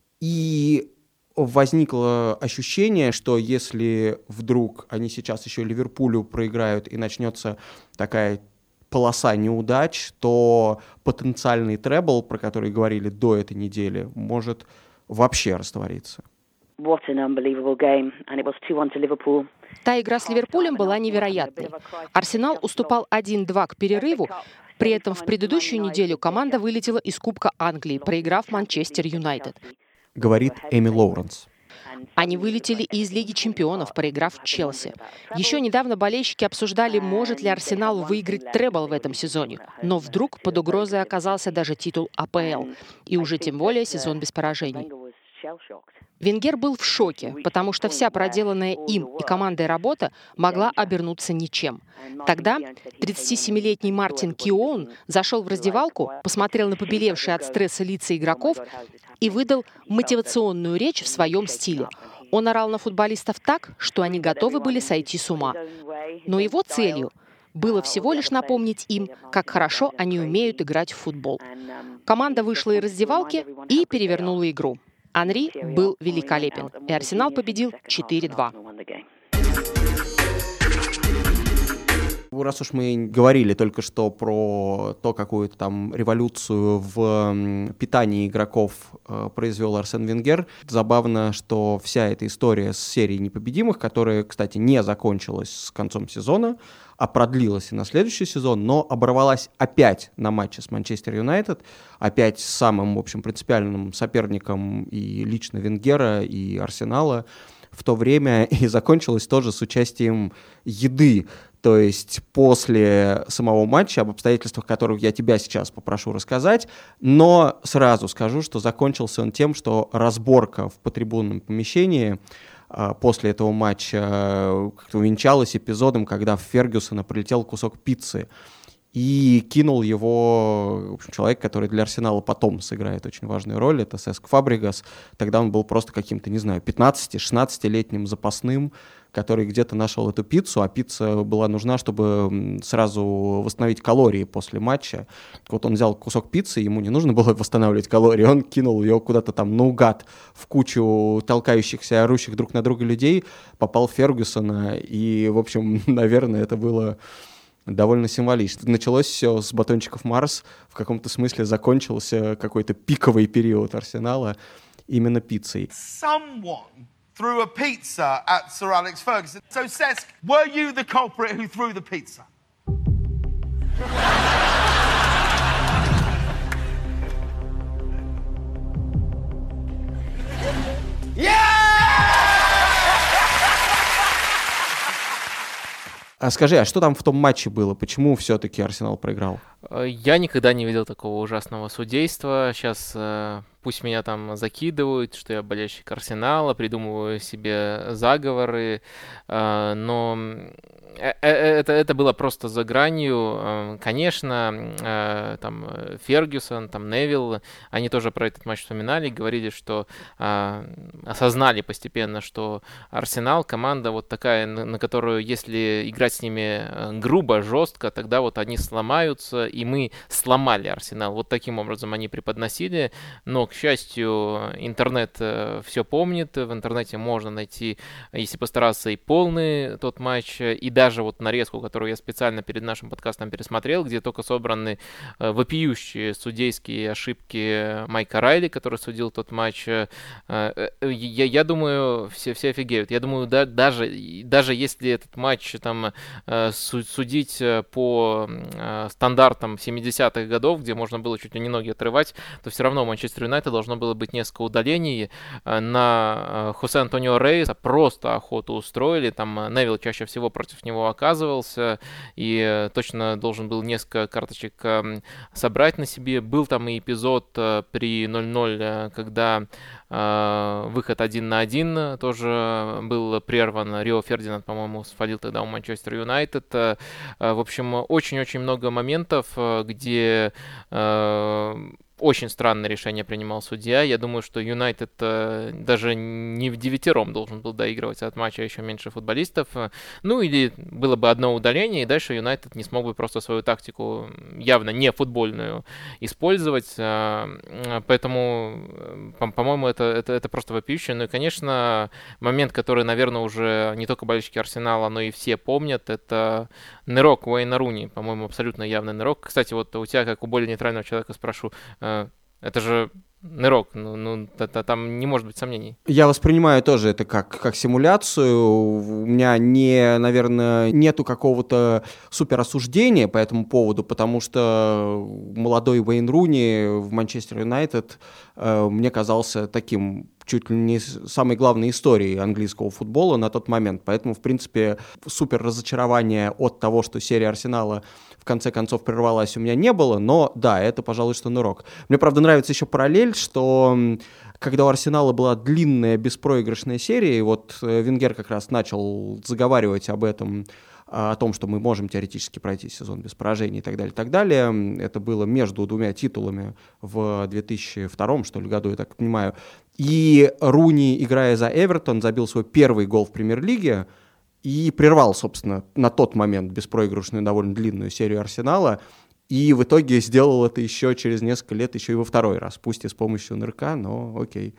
И возникло ощущение, что если вдруг они сейчас еще Ливерпулю проиграют и начнется такая полоса неудач, то потенциальный требл, про который говорили до этой недели, может вообще раствориться. What an unbelievable game, and it was two one to Liverpool. Та игра с Ливерпулем была невероятной. Арсенал уступал один-два к перерыву, при этом в предыдущую неделю команда вылетела из Кубка Англии, проиграв Манчестер Юнайтед. Говорит Эми Лоуренс. Они вылетели и из Лиги Чемпионов, проиграв Челси. Еще недавно болельщики обсуждали, может ли Арсенал выиграть требл в этом сезоне. Но вдруг под угрозой оказался даже титул А Пэ Эл. И уже тем более сезон без поражений. Венгер был в шоке, потому что вся проделанная им и командой работа могла обернуться ничем. Тогда тридцатисемилетний Мартин Кёун зашел в раздевалку, посмотрел на побелевшие от стресса лица игроков и выдал мотивационную речь в своем стиле. Он орал на футболистов так, что они готовы были сойти с ума. Но его целью было всего лишь напомнить им, как хорошо они умеют играть в футбол. Команда вышла из раздевалки и перевернула игру. Анри был великолепен, и Арсенал победил четыре-два. Раз уж мы говорили только что про то, какую-то там революцию в питании игроков э, произвел Арсен Венгер, забавно, что вся эта история с серией непобедимых, которая, кстати, не закончилась с концом сезона, а продлилась и на следующий сезон, но оборвалась опять на матче с Манчестер Юнайтед, опять с самым, в общем, принципиальным соперником и лично Венгера, и Арсенала в то время, и закончилась тоже с участием еды. То есть после самого матча, об обстоятельствах которых я тебя сейчас попрошу рассказать, но сразу скажу, что закончился он тем, что разборка в потрибунном помещении после этого матча как-то увенчалась эпизодом, когда в Фергюсона прилетел кусок пиццы и кинул его, в общем, человек, который для Арсенала потом сыграет очень важную роль, это Сеск Фабригас. Тогда он был просто каким-то, не знаю, пятнадцати-шестнадцатилетним запасным, который где-то нашел эту пиццу, а пицца была нужна, чтобы сразу восстановить калории после матча. Вот он взял кусок пиццы, ему не нужно было восстанавливать калории, он кинул ее куда-то там наугад в кучу толкающихся, орущих друг на друга людей, попал в Фергюсона, и, в общем, наверное, это было довольно символично. Началось все с батончиков Марс, в каком-то смысле закончился какой-то пиковый период Арсенала именно пиццей. Someone threw a pizza at Sir Alex Ferguson. So, Cesc, were you the culprit who threw the pizza? А скажи, а что там в том матче было? Почему все-таки Арсенал проиграл? Я никогда не видел такого ужасного судейства. Сейчас э, пусть меня там закидывают, что я болельщик Арсенала, придумываю себе заговоры, э, но это, это было просто за гранью. Конечно, э, там Фергюсон, там Невилл, они тоже про этот матч вспоминали, говорили, что э, осознали постепенно, что Арсенал команда вот такая, на, на которую, если играть с ними грубо, жестко, тогда вот они сломаются, и мы сломали Арсенал. Вот таким образом они преподносили, но, к счастью, интернет э, все помнит, в интернете можно найти, если постараться, и полный тот матч, и даже вот нарезку, которую я специально перед нашим подкастом пересмотрел, где только собраны э, вопиющие судейские ошибки Майка Райли, который судил тот матч. Э, э, я, я думаю, все, все офигеют. Я думаю, да, даже, даже если этот матч там э, судить по э, стандартам семидесятых годов, где можно было чуть ли не ноги отрывать, то все равно у Манчестер Юнайтед должно было быть несколько удалений. На Хосе Антонио Рейса просто охоту устроили. Там Невилл чаще всего против него оказывался и точно должен был несколько карточек собрать на себе. Был там и эпизод при ноль-ноль, когда выход один на один тоже был прерван. Рио Фердинанд, по-моему, свалил тогда у Манчестер Юнайтед. В общем, очень-очень много моментов, где очень странное решение принимал судья. Я думаю, что Юнайтед э, даже не в девятером должен был доигрывать от матча, еще меньше футболистов. Ну или было бы одно удаление, и дальше Юнайтед не смог бы просто свою тактику, явно не футбольную, использовать. Э, поэтому, по- по-моему, это, это, это просто вопиюще. Ну и, конечно, момент, который, наверное, уже не только болельщики Арсенала, но и все помнят, это нырок Уэйна Руни. По-моему, абсолютно явный нырок. Кстати, вот у тебя, как у более нейтрального человека, спрошу, это же нырок, ну, ну там не может быть сомнений. Я воспринимаю тоже это как, как симуляцию. У меня, не, наверное, нету какого-то суперосуждения по этому поводу, потому что молодой Уэйн Руни в Манчестер Юнайтед э, мне казался таким чуть ли не самой главной историей английского футбола на тот момент. Поэтому, в принципе, супер разочарования от того, что серия Арсенала в конце концов прервалась, у меня не было, но да, это, пожалуй, что нырок. Мне, правда, нравится еще параллель, что когда у Арсенала была длинная беспроигрышная серия, и вот Венгер как раз начал заговаривать об этом, о том, что мы можем теоретически пройти сезон без поражений и так далее, и так далее. Это было между двумя титулами в две тысячи втором, что ли, году, я так понимаю. И Руни, играя за Эвертон, забил свой первый гол в премьер-лиге и прервал, собственно, на тот момент беспроигрышную довольно длинную серию Арсенала. И в итоге сделал это еще через несколько лет, еще и во второй раз. Пусть и с помощью нырка, но окей.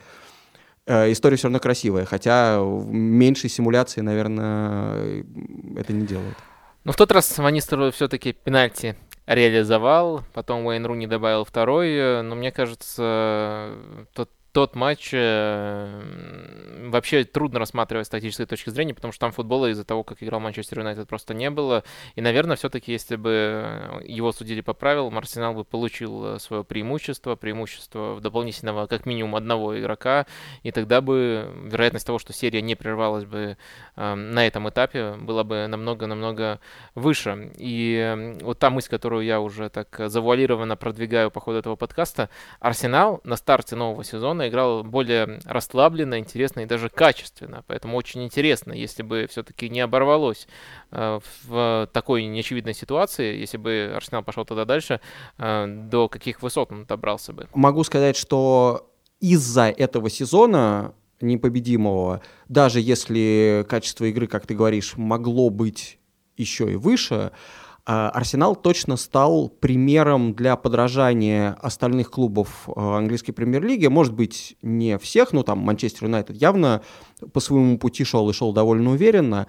Э, история все равно красивая, хотя меньшей симуляции, наверное, это не делает. Ну, в тот раз Ван Нистелрой все-таки пенальти реализовал, потом Уэйн Руни добавил второй, но мне кажется, тот Тот матч э, вообще трудно рассматривать с тактической точки зрения, потому что там футбола из-за того, как играл Манчестер Юнайтед, просто не было. И, наверное, все-таки, если бы его судили по правилам, Арсенал бы получил свое преимущество, преимущество в дополнительного как минимум одного игрока, и тогда бы вероятность того, что серия не прервалась бы э, на этом этапе, была бы намного-намного выше. И э, вот та мысль, которую я уже так завуалированно продвигаю по ходу этого подкаста, Арсенал на старте нового сезона играл более расслабленно, интересно и даже качественно. Поэтому очень интересно, если бы все-таки не оборвалось э, в такой неочевидной ситуации, если бы Арсенал пошел тогда дальше, э, до каких высот он добрался бы. Могу сказать, что из-за этого сезона непобедимого, даже если качество игры, как ты говоришь, могло быть еще и выше, Арсенал точно стал примером для подражания остальных клубов английской премьер-лиги. Может быть, не всех, но там Манчестер Юнайтед явно по своему пути шел и шел довольно уверенно.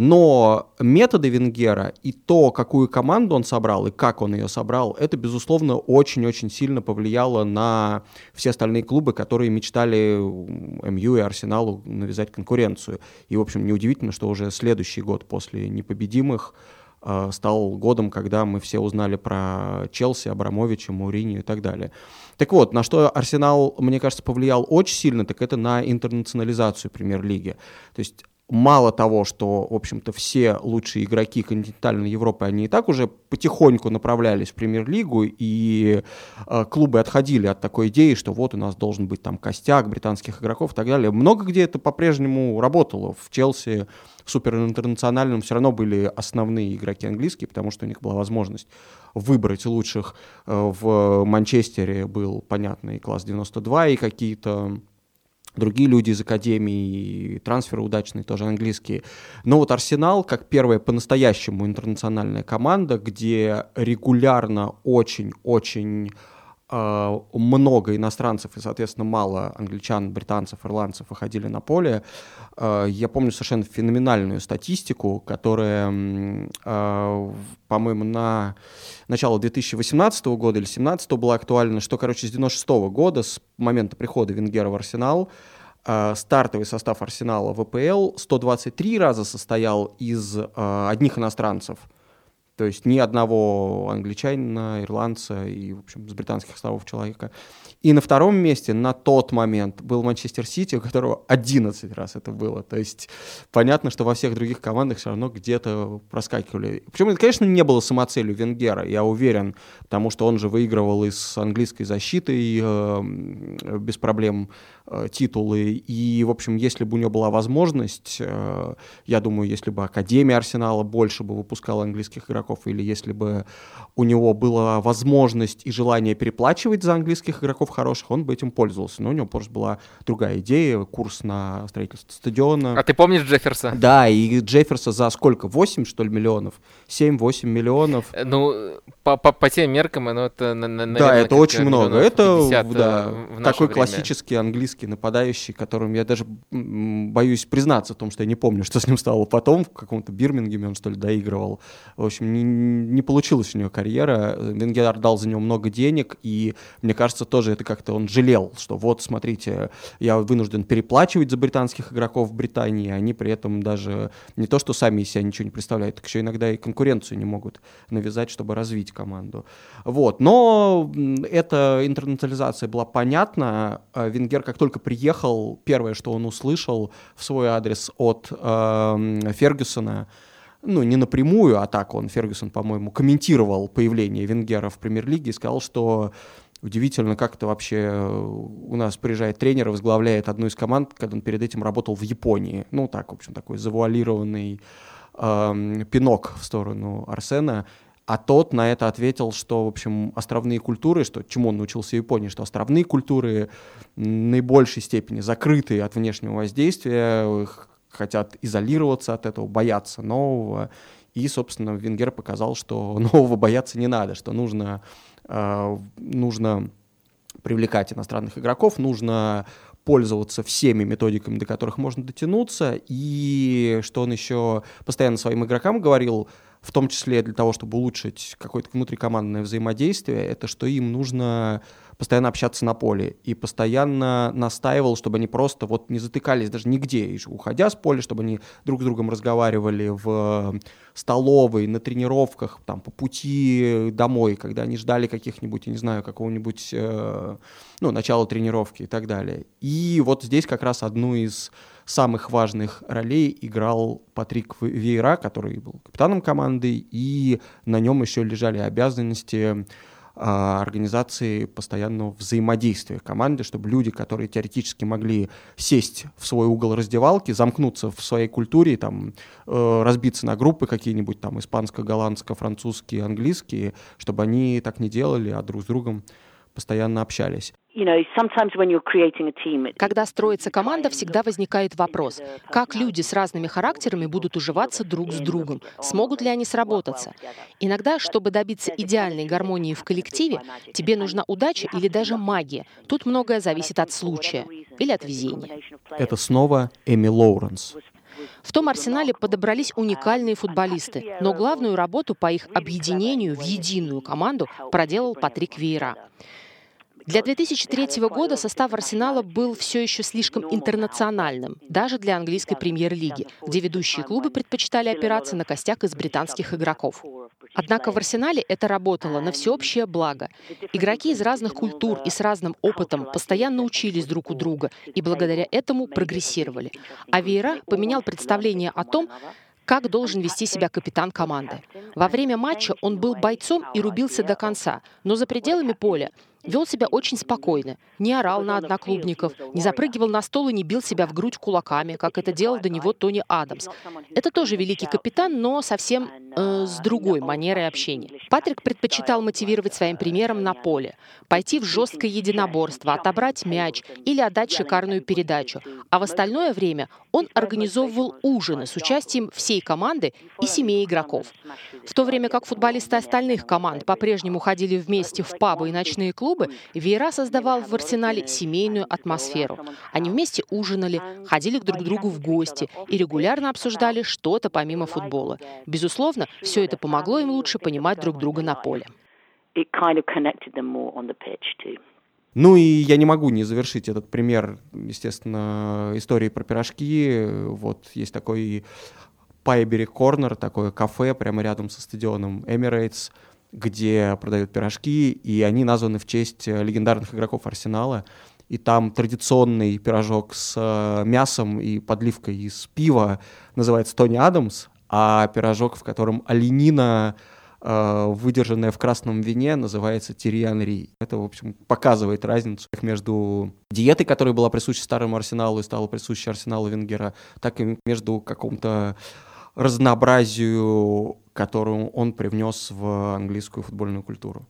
Но методы Венгера и то, какую команду он собрал и как он ее собрал, это, безусловно, очень-очень сильно повлияло на все остальные клубы, которые мечтали эм ю и Арсеналу навязать конкуренцию. И, в общем, неудивительно, что уже следующий год после непобедимых стал годом, когда мы все узнали про Челси, Абрамовича, Мауриньо и так далее. Так вот, на что Арсенал, мне кажется, повлиял очень сильно, так это на интернационализацию премьер-лиги. То есть мало того, что, в общем-то, все лучшие игроки континентальной Европы, они и так уже потихоньку направлялись в премьер-лигу, и э, клубы отходили от такой идеи, что вот у нас должен быть там костяк британских игроков и так далее. Много где это по-прежнему работало. В Челси, в суперинтернациональном все равно были основные игроки английские, потому что у них была возможность выбрать лучших. В Манчестере был, понятно, и класс девяносто два, и какие-то другие люди из академии, трансферы удачные, тоже английские. Но вот Арсенал, как первая по-настоящему интернациональная команда, где регулярно очень-очень э, много иностранцев и, соответственно, мало англичан, британцев, ирландцев выходили на поле. Э, я помню совершенно феноменальную статистику, которая, э, по-моему, на начало две тысячи восемнадцатого года или две тысячи семнадцатого была актуальна, что, короче, с девяносто шестого года, с момента прихода Венгера в Арсенал, э, стартовый состав Арсенала в АПЛ сто двадцать три раза состоял из э, одних иностранцев. То есть ни одного англичанина, ирландца и, в общем, с британских островов человека. И на втором месте на тот момент был Манчестер Сити, у которого одиннадцать раз это было. То есть понятно, что во всех других командах все равно где-то проскакивали. Причем это, конечно, не было самоцелью Венгера, я уверен, потому что он же выигрывал и с английской защитой э, без проблем э, титулы. И, в общем, если бы у него была возможность, э, я думаю, если бы Академия Арсенала больше бы выпускала английских игроков, или если бы у него была возможность и желание переплачивать за английских игроков хороших, он бы этим пользовался. Но у него просто была другая идея, курс на строительство стадиона. А ты помнишь Джефферса? Да, и Джефферса за сколько? восемь, что ли, миллионов? семь-восемь миллионов. Ну, по, по, по тем меркам, ну, это, наверное, да, это очень много. Это пятьдесят, да, в такой время. классический английский нападающий, которым я даже боюсь признаться в том, что я не помню, что с ним стало потом. В каком-то Бирмингеме он, что ли, доигрывал. В общем, не, не получилась у него карьера. Венгер дал за него много денег, и, мне кажется, тоже это как-то он жалел, что вот, смотрите, я вынужден переплачивать за британских игроков в Британии, они при этом даже не то, что сами из себя ничего не представляют, так еще иногда и конкуренцию не могут навязать, чтобы развить команду. Вот. Но эта интернационализация была понятна. Венгер, как только приехал, первое, что он услышал в свой адрес от э, Фергюсона, ну, не напрямую, а так он, Фергюсон, по-моему, комментировал появление Венгера в премьер-лиге и сказал, что удивительно, как это вообще у нас приезжает тренер и возглавляет одну из команд, когда он перед этим работал в Японии. Ну, так, в общем, такой завуалированный э, пинок в сторону Арсена. А тот на это ответил, что, в общем, островные культуры, что, чему он научился в Японии, что островные культуры в наибольшей степени закрытые от внешнего воздействия, хотят изолироваться от этого, боятся нового. И, собственно, Венгер показал, что нового бояться не надо, что нужно, э, нужно привлекать иностранных игроков, нужно пользоваться всеми методиками, до которых можно дотянуться, и что он еще постоянно своим игрокам говорил, в том числе для того, чтобы улучшить какое-то внутрикомандное взаимодействие, это что им нужно постоянно общаться на поле, и постоянно настаивал, чтобы они просто вот не затыкались даже нигде, и уходя с поля, чтобы они друг с другом разговаривали в столовой, на тренировках, там, по пути домой, когда они ждали каких-нибудь, я не знаю, какого-нибудь, э, ну, начала тренировки и так далее. И вот здесь как раз одну из самых важных ролей играл Патрик Вейра, который был капитаном команды, и на нем еще лежали обязанности организации постоянного взаимодействия команды, чтобы люди, которые теоретически могли сесть в свой угол раздевалки, замкнуться в своей культуре, там, э, разбиться на группы какие-нибудь, там, испанско, голландско, французские, английские, чтобы они так не делали, а друг с другом постоянно общались. Когда строится команда, всегда возникает вопрос, как люди с разными характерами будут уживаться друг с другом, смогут ли они сработаться. Иногда, чтобы добиться идеальной гармонии в коллективе, тебе нужна удача или даже магия. Тут многое зависит от случая или от везения. Это снова Эми Лоуренс. В том Арсенале подобрались уникальные футболисты, но главную работу по их объединению в единую команду проделал Патрик Виейра. Для две тысячи третьего года состав Арсенала был все еще слишком интернациональным, даже для английской премьер-лиги, где ведущие клубы предпочитали опираться на костяк из британских игроков. Однако в Арсенале это работало на всеобщее благо. Игроки из разных культур и с разным опытом постоянно учились друг у друга и благодаря этому прогрессировали. А Виейра поменял представление о том, как должен вести себя капитан команды. Во время матча он был бойцом и рубился до конца, но за пределами поля вел себя очень спокойно, не орал на одноклубников, не запрыгивал на стол и не бил себя в грудь кулаками, как это делал до него Тони Адамс. Это тоже великий капитан, но совсем э, с другой манерой общения. Патрик предпочитал мотивировать своим примером на поле, пойти в жесткое единоборство, отобрать мяч или отдать шикарную передачу. А в остальное время он организовывал ужины с участием всей команды и семей игроков. В то время как футболисты остальных команд по-прежнему ходили вместе в пабы и ночные клубы, Виейра создавал в Арсенале семейную атмосферу. Они вместе ужинали, ходили друг к другу в гости и регулярно обсуждали что-то помимо футбола. Безусловно, все это помогло им лучше понимать друг друга на поле. Ну и я не могу не завершить этот пример, естественно, истории про пирожки. Вот есть такой Пайбери Корнер, такое кафе прямо рядом со стадионом Эмирейтс, где продают пирожки, и они названы в честь легендарных игроков Арсенала. И там традиционный пирожок с мясом и подливкой из пива называется Тони Адамс, а пирожок, в котором оленина, выдержанная в красном вине, называется Тири Анри. Это, в общем, показывает разницу между диетой, которая была присуща старому Арсеналу и стала присуща Арсеналу Венгера, так и между какому-то разнообразию, которую он привнес в английскую футбольную культуру.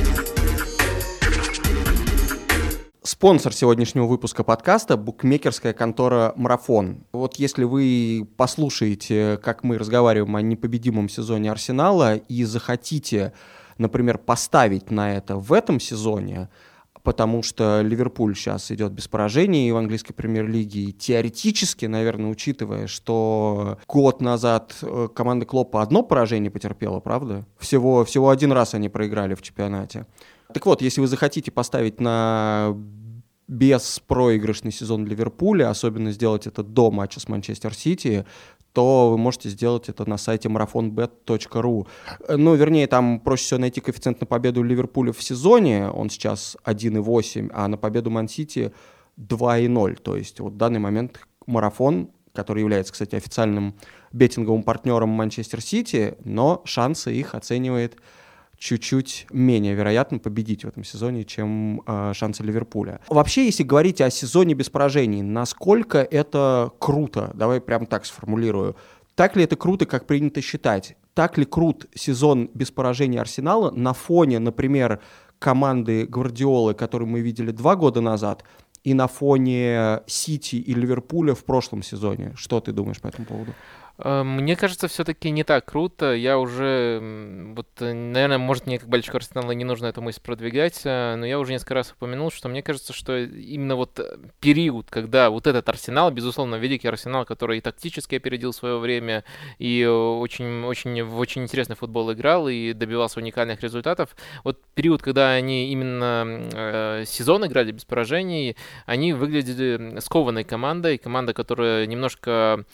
Спонсор сегодняшнего выпуска подкаста — букмекерская контора «Марафон». Вот если вы послушаете, как мы разговариваем о непобедимом сезоне Арсенала и захотите, например, поставить на это в этом сезоне, потому что Ливерпуль сейчас идет без поражений в английской премьер-лиге. И теоретически, наверное, учитывая, что год назад команда Клоппа одно поражение потерпела, правда? Всего, всего один раз они проиграли в чемпионате. Так вот, если вы захотите поставить на беспроигрышный сезон Ливерпуля, особенно сделать это до матча с Манчестер Сити, то вы можете сделать это на сайте марафон бет точка ру. Ну, вернее, там проще всего найти коэффициент на победу Ливерпуля в сезоне. Он сейчас один и восемь, а на победу Ман-Сити два и ноль. То есть вот в данный момент Марафон, который является, кстати, официальным беттинговым партнером Манчестер Сити, но шансы их оценивает чуть-чуть менее вероятно победить в этом сезоне, чем э, шансы Ливерпуля. Вообще, если говорить о сезоне без поражений, насколько это круто? Давай прямо так сформулирую. Так ли это круто, как принято считать? Так ли крут сезон без поражений Арсенала на фоне, например, команды Гвардиолы, которую мы видели два года назад, и на фоне Сити и Ливерпуля в прошлом сезоне? Что ты думаешь по этому поводу? Мне кажется, все-таки не так круто. Я уже, вот, наверное, может, мне как болельщику Арсенала не нужно эту мысль продвигать, но я уже несколько раз упомянул, что мне кажется, что именно вот период, когда вот этот Арсенал, безусловно, великий Арсенал, который и тактически опередил свое время, и очень, очень, в очень интересный футбол играл, и добивался уникальных результатов, вот период, когда они именно э, сезон играли без поражений, они выглядели скованной командой, команда, которая немножко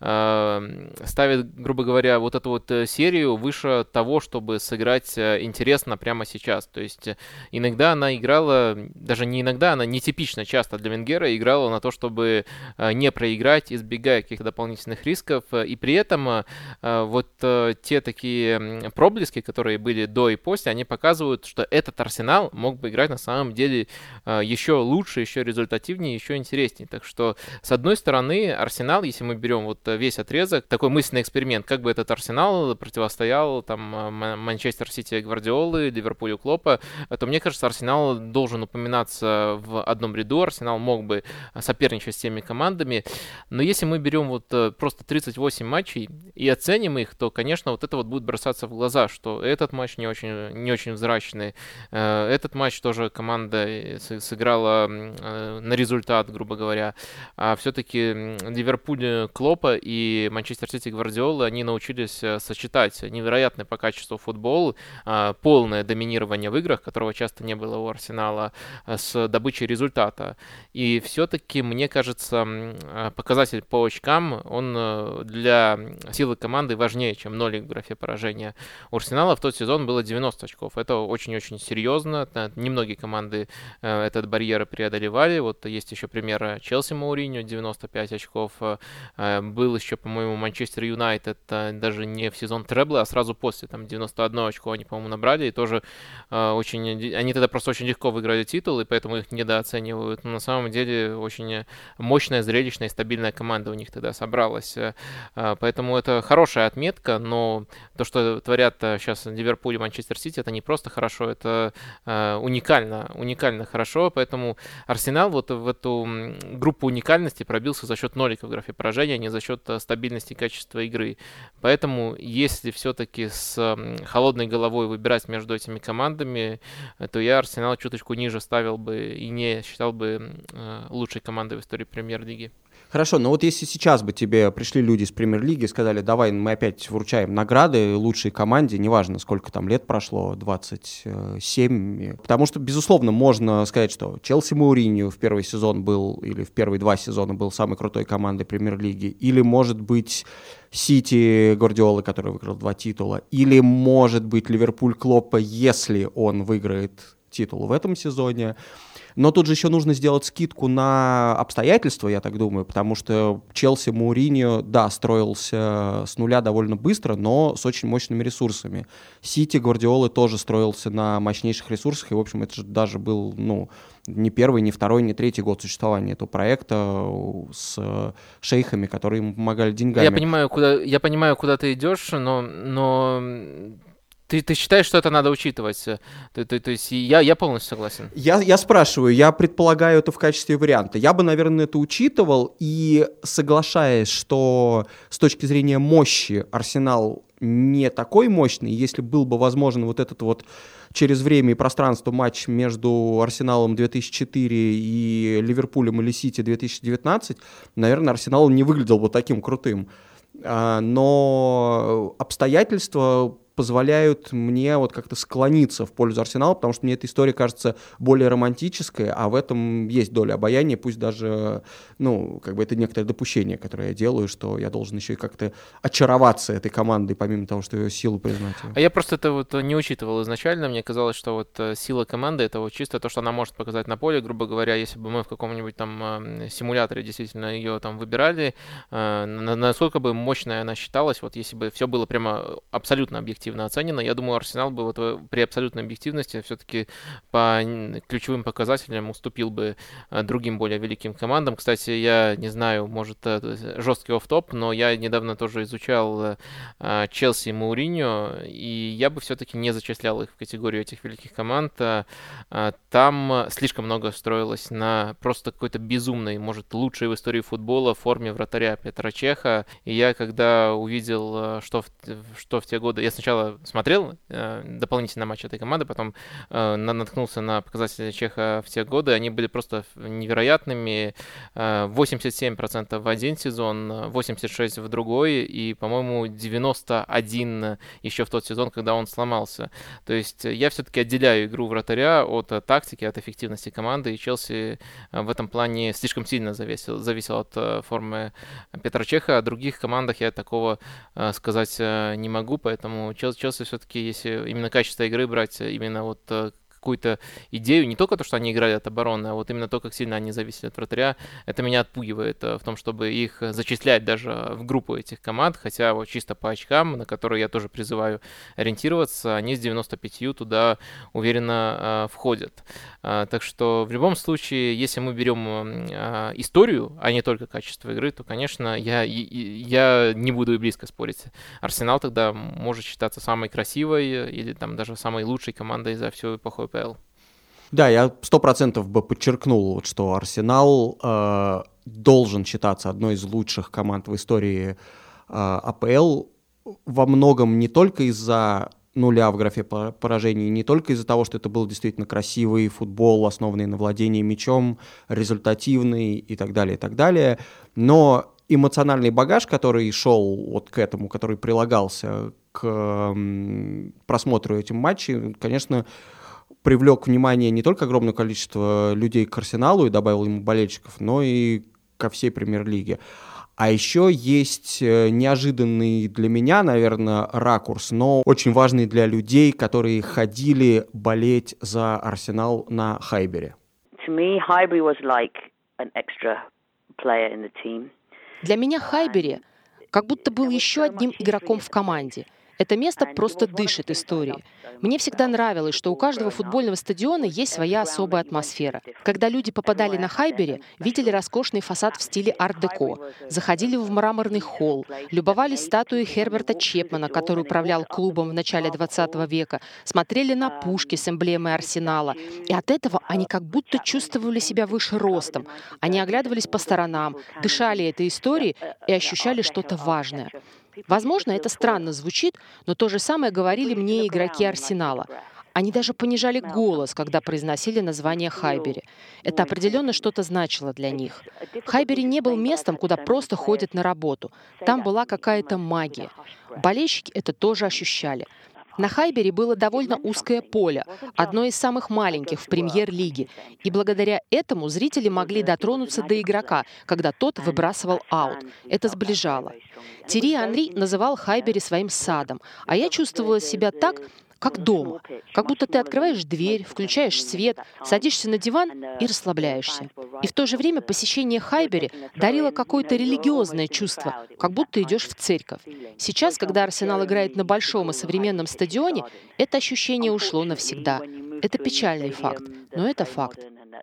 ставит, грубо говоря, вот эту вот серию выше того, чтобы сыграть интересно прямо сейчас. То есть иногда она играла, даже не иногда, она нетипично часто для Венгера играла на то, чтобы не проиграть, избегая каких-то дополнительных рисков. И при этом вот те такие проблески, которые были до и после, они показывают, что этот Арсенал мог бы играть на самом деле еще лучше, еще результативнее, еще интереснее. Так что, с одной стороны, Арсенал, если мы берем вот весь отрезок, такой мысленный эксперимент, как бы этот Арсенал противостоял там Манчестер Сити Гвардиолы, Ливерпулю Клопа, то мне кажется, Арсенал должен упоминаться в одном ряду. Арсенал мог бы соперничать с теми командами. Но если мы берем вот просто тридцать восемь матчей и оценим их, то, конечно, вот это вот будет бросаться в глаза, что этот матч не очень, не очень взрачный. Этот матч тоже команда сыграла на результат, грубо говоря. А все-таки Ливерпуль Клопа и Манчестер Сити Гвардиолы, они научились сочетать невероятное по качеству футбол, полное доминирование в играх, которого часто не было у Арсенала, с добычей результата. И все-таки, мне кажется, показатель по очкам, он для силы команды важнее, чем ноль в графе поражения. У Арсенала в тот сезон было девяносто очков. Это очень-очень серьезно. Немногие команды этот барьер преодолевали. Вот есть еще пример Челси Мауриньо, девяносто пять очков. Был еще, по-моему, Манчестер Юнайтед, даже не в сезон требла, а сразу после. Там девяносто одно очко они, по-моему, набрали. И тоже очень... Они тогда просто очень легко выиграли титул, и поэтому их недооценивают. Но на самом деле очень мощная, зрелищная и стабильная команда у них тогда собралась. Поэтому это хорошая отметка, но то, что творят сейчас Ливерпуль и Манчестер Сити, это не просто хорошо, это уникально, уникально хорошо. Поэтому Арсенал вот в эту группу уникальности пробился за счет нолика в графе поражения, а не за счет стабильности и качества игры. Поэтому если все-таки с холодной головой выбирать между этими командами, то я Арсенал чуточку ниже ставил бы и не считал бы лучшей командой в истории Премьер-лиги. Хорошо, но вот если сейчас бы тебе пришли люди из Премьер-лиги и сказали, давай мы опять вручаем награды лучшей команде, неважно, сколько там лет прошло, двадцать семь, потому что, безусловно, можно сказать, что Челси Мауриньо в первый сезон был, или в первые два сезона был самой крутой командой Премьер-лиги, или, может быть, Сити Гвардиолы, который выиграл два титула, или, может быть, Ливерпуль Клопа, если он выиграет титул в этом сезоне. Но тут же еще нужно сделать скидку на обстоятельства, я так думаю, потому что Челси Мауриньо, да, строился с нуля довольно быстро, но с очень мощными ресурсами. Сити Гвардиолы тоже строился на мощнейших ресурсах, и, в общем, это же даже был, ну, не первый, не второй, не третий год существования этого проекта с шейхами, которые ему помогали деньгами. Я понимаю, куда, я понимаю, куда ты идешь, но... но... Ты, ты считаешь, что это надо учитывать? То, то, то есть я, я полностью согласен. Я, я спрашиваю, я предполагаю это в качестве варианта. Я бы, наверное, это учитывал, и соглашаясь, что с точки зрения мощи Арсенал не такой мощный, если был бы возможен вот этот вот через время и пространство матч между Арсеналом две тысячи четыре и Ливерпулем или Сити две тысячи девятнадцать, наверное, Арсенал не выглядел бы таким крутым. Но обстоятельства позволяют мне вот как-то склониться в пользу Арсенала, потому что мне эта история кажется более романтической, а в этом есть доля обаяния, пусть даже, ну, как бы это некоторое допущение, которое я делаю, что я должен еще и как-то очароваться этой командой, помимо того, что ее силу признать. А я просто это вот не учитывал изначально, мне казалось, что вот сила команды — это вот чисто то, что она может показать на поле, грубо говоря, если бы мы в каком-нибудь там симуляторе действительно ее там выбирали, насколько бы мощной она считалась, вот если бы все было прямо абсолютно объективно оценено. Я думаю, Арсенал бы вот при абсолютной объективности все-таки по ключевым показателям уступил бы другим более великим командам. Кстати, я не знаю, может, жесткий офф-топ, но я недавно тоже изучал Челси и Мауриньо, и я бы все-таки не зачислял их в категорию этих великих команд. Там слишком много строилось на просто какой-то безумной, может, лучшей в истории футбола форме вратаря Петра Чеха. И я, когда увидел, что в, что в те годы... Я сначала смотрел э, дополнительный матч этой команды, потом э, наткнулся на показатели Чеха в те годы. Они были просто невероятными. Э, восемьдесят семь процентов в один сезон, восемьдесят шесть процентов в другой, и, по-моему, девяносто один процент еще в тот сезон, когда он сломался. То есть я все-таки отделяю игру вратаря от тактики, от эффективности команды, и Челси в этом плане слишком сильно зависел, зависел от формы Петра Чеха. О других командах я такого сказать не могу, поэтому Челси, Челси все-таки, если именно качество игры брать, именно вот какую-то идею, не только то, что они играли от обороны, а вот именно то, как сильно они зависели от вратаря, это меня отпугивает в том, чтобы их зачислять даже в группу этих команд, хотя вот чисто по очкам, на которые я тоже призываю ориентироваться, они с девяносто пятью туда уверенно входят. Так что в любом случае, если мы берем историю, а не только качество игры, то, конечно, я, я не буду и близко спорить. Арсенал тогда может считаться самой красивой или там даже самой лучшей командой за всю эпоху АПЛ. Да, я сто процентов бы подчеркнул, что Арсенал э, должен считаться одной из лучших команд в истории э, АПЛ во многом не только из-за нуля в графе поражений, не только из-за того, что это был действительно красивый футбол, основанный на владении мячом, результативный и так далее, и так далее, но эмоциональный багаж, который шел вот к этому, который прилагался к просмотру этих матчей, конечно, привлек внимание не только огромное количество людей к Арсеналу и добавил ему болельщиков, но и ко всей премьер-лиге. А еще есть неожиданный для меня, наверное, ракурс, но очень важный для людей, которые ходили болеть за Арсенал на Хайбере. Для меня Хайбери как будто был еще одним игроком в команде. Это место просто дышит историей. Мне всегда нравилось, что у каждого футбольного стадиона есть своя особая атмосфера. Когда люди попадали на Хайбери, видели роскошный фасад в стиле арт-деко, заходили в мраморный холл, любовались статуей Херберта Чепмана, который управлял клубом в начале двадцатого века, смотрели на пушки с эмблемой Арсенала. И от этого они как будто чувствовали себя выше ростом. Они оглядывались по сторонам, дышали этой историей и ощущали что-то важное. Возможно, это странно звучит, но то же самое говорили мне игроки Арсенала. Они даже понижали голос, когда произносили название Хайбери. Это определенно что-то значило для них. Хайбери не был местом, куда просто ходят на работу. Там была какая-то магия. Болельщики это тоже ощущали. На Хайбери было довольно узкое поле, одно из самых маленьких в премьер-лиге, и благодаря этому зрители могли дотронуться до игрока, когда тот выбрасывал аут. Это сближало. Тьерри Анри называл Хайбери своим садом, а я чувствовала себя так, как дома. Как будто ты открываешь дверь, включаешь свет, садишься на диван и расслабляешься. И в то же время посещение Хайбери дарило какое-то религиозное чувство, как будто идешь в церковь. Сейчас, когда Арсенал играет на большом и современном стадионе, это ощущение ушло навсегда. Это печальный факт, но это факт.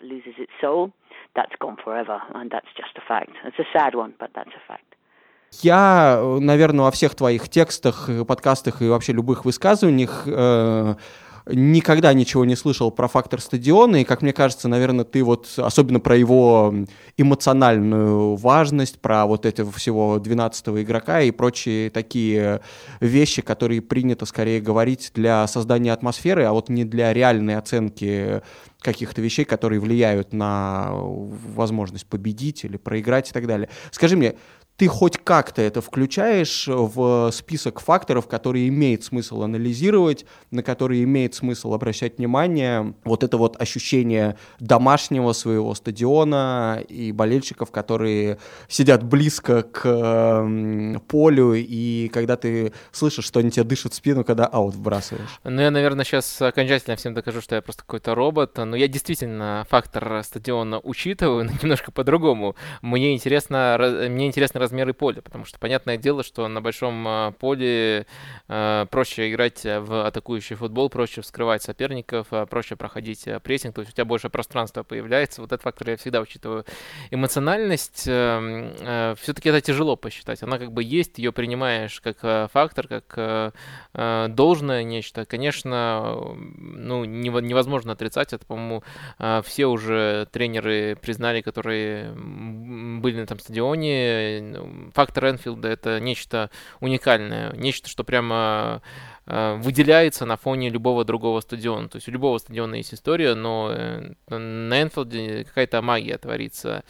Я, наверное, во всех твоих текстах, подкастах и вообще любых высказываниях э, никогда ничего не слышал про фактор стадиона, и, как мне кажется, наверное, ты вот, особенно про его эмоциональную важность, про вот этого всего двенадцатого игрока и прочие такие вещи, которые принято скорее говорить для создания атмосферы, а вот не для реальной оценки каких-то вещей, которые влияют на возможность победить или проиграть и так далее. Скажи мне, ты хоть как-то это включаешь в список факторов, которые имеет смысл анализировать, на которые имеет смысл обращать внимание? Вот это вот ощущение домашнего своего стадиона и болельщиков, которые сидят близко к э, полю, и когда ты слышишь, что они тебе дышат в спину, когда аут вбрасываешь. Ну, я, наверное, сейчас окончательно всем докажу, что я просто какой-то робот, но я действительно фактор стадиона учитываю, но немножко по-другому. Мне интересно, мне интересно размеры поля, потому что понятное дело, что на большом поле э, проще играть в атакующий футбол, проще вскрывать соперников, проще проходить прессинг, то есть у тебя больше пространства появляется. Вот этот фактор я всегда учитываю. Эмоциональность, э, э, все-таки это тяжело посчитать. Она как бы есть, ее принимаешь как э, фактор, как э, должное нечто. Конечно, ну, невозможно отрицать это, по-моему, э, все уже тренеры признали, которые были на этом стадионе. Фактор Энфилда — это нечто уникальное, нечто, что прямо э, выделяется на фоне любого другого стадиона. То есть у любого стадиона есть история, но э, на Энфилде какая-то магия творится.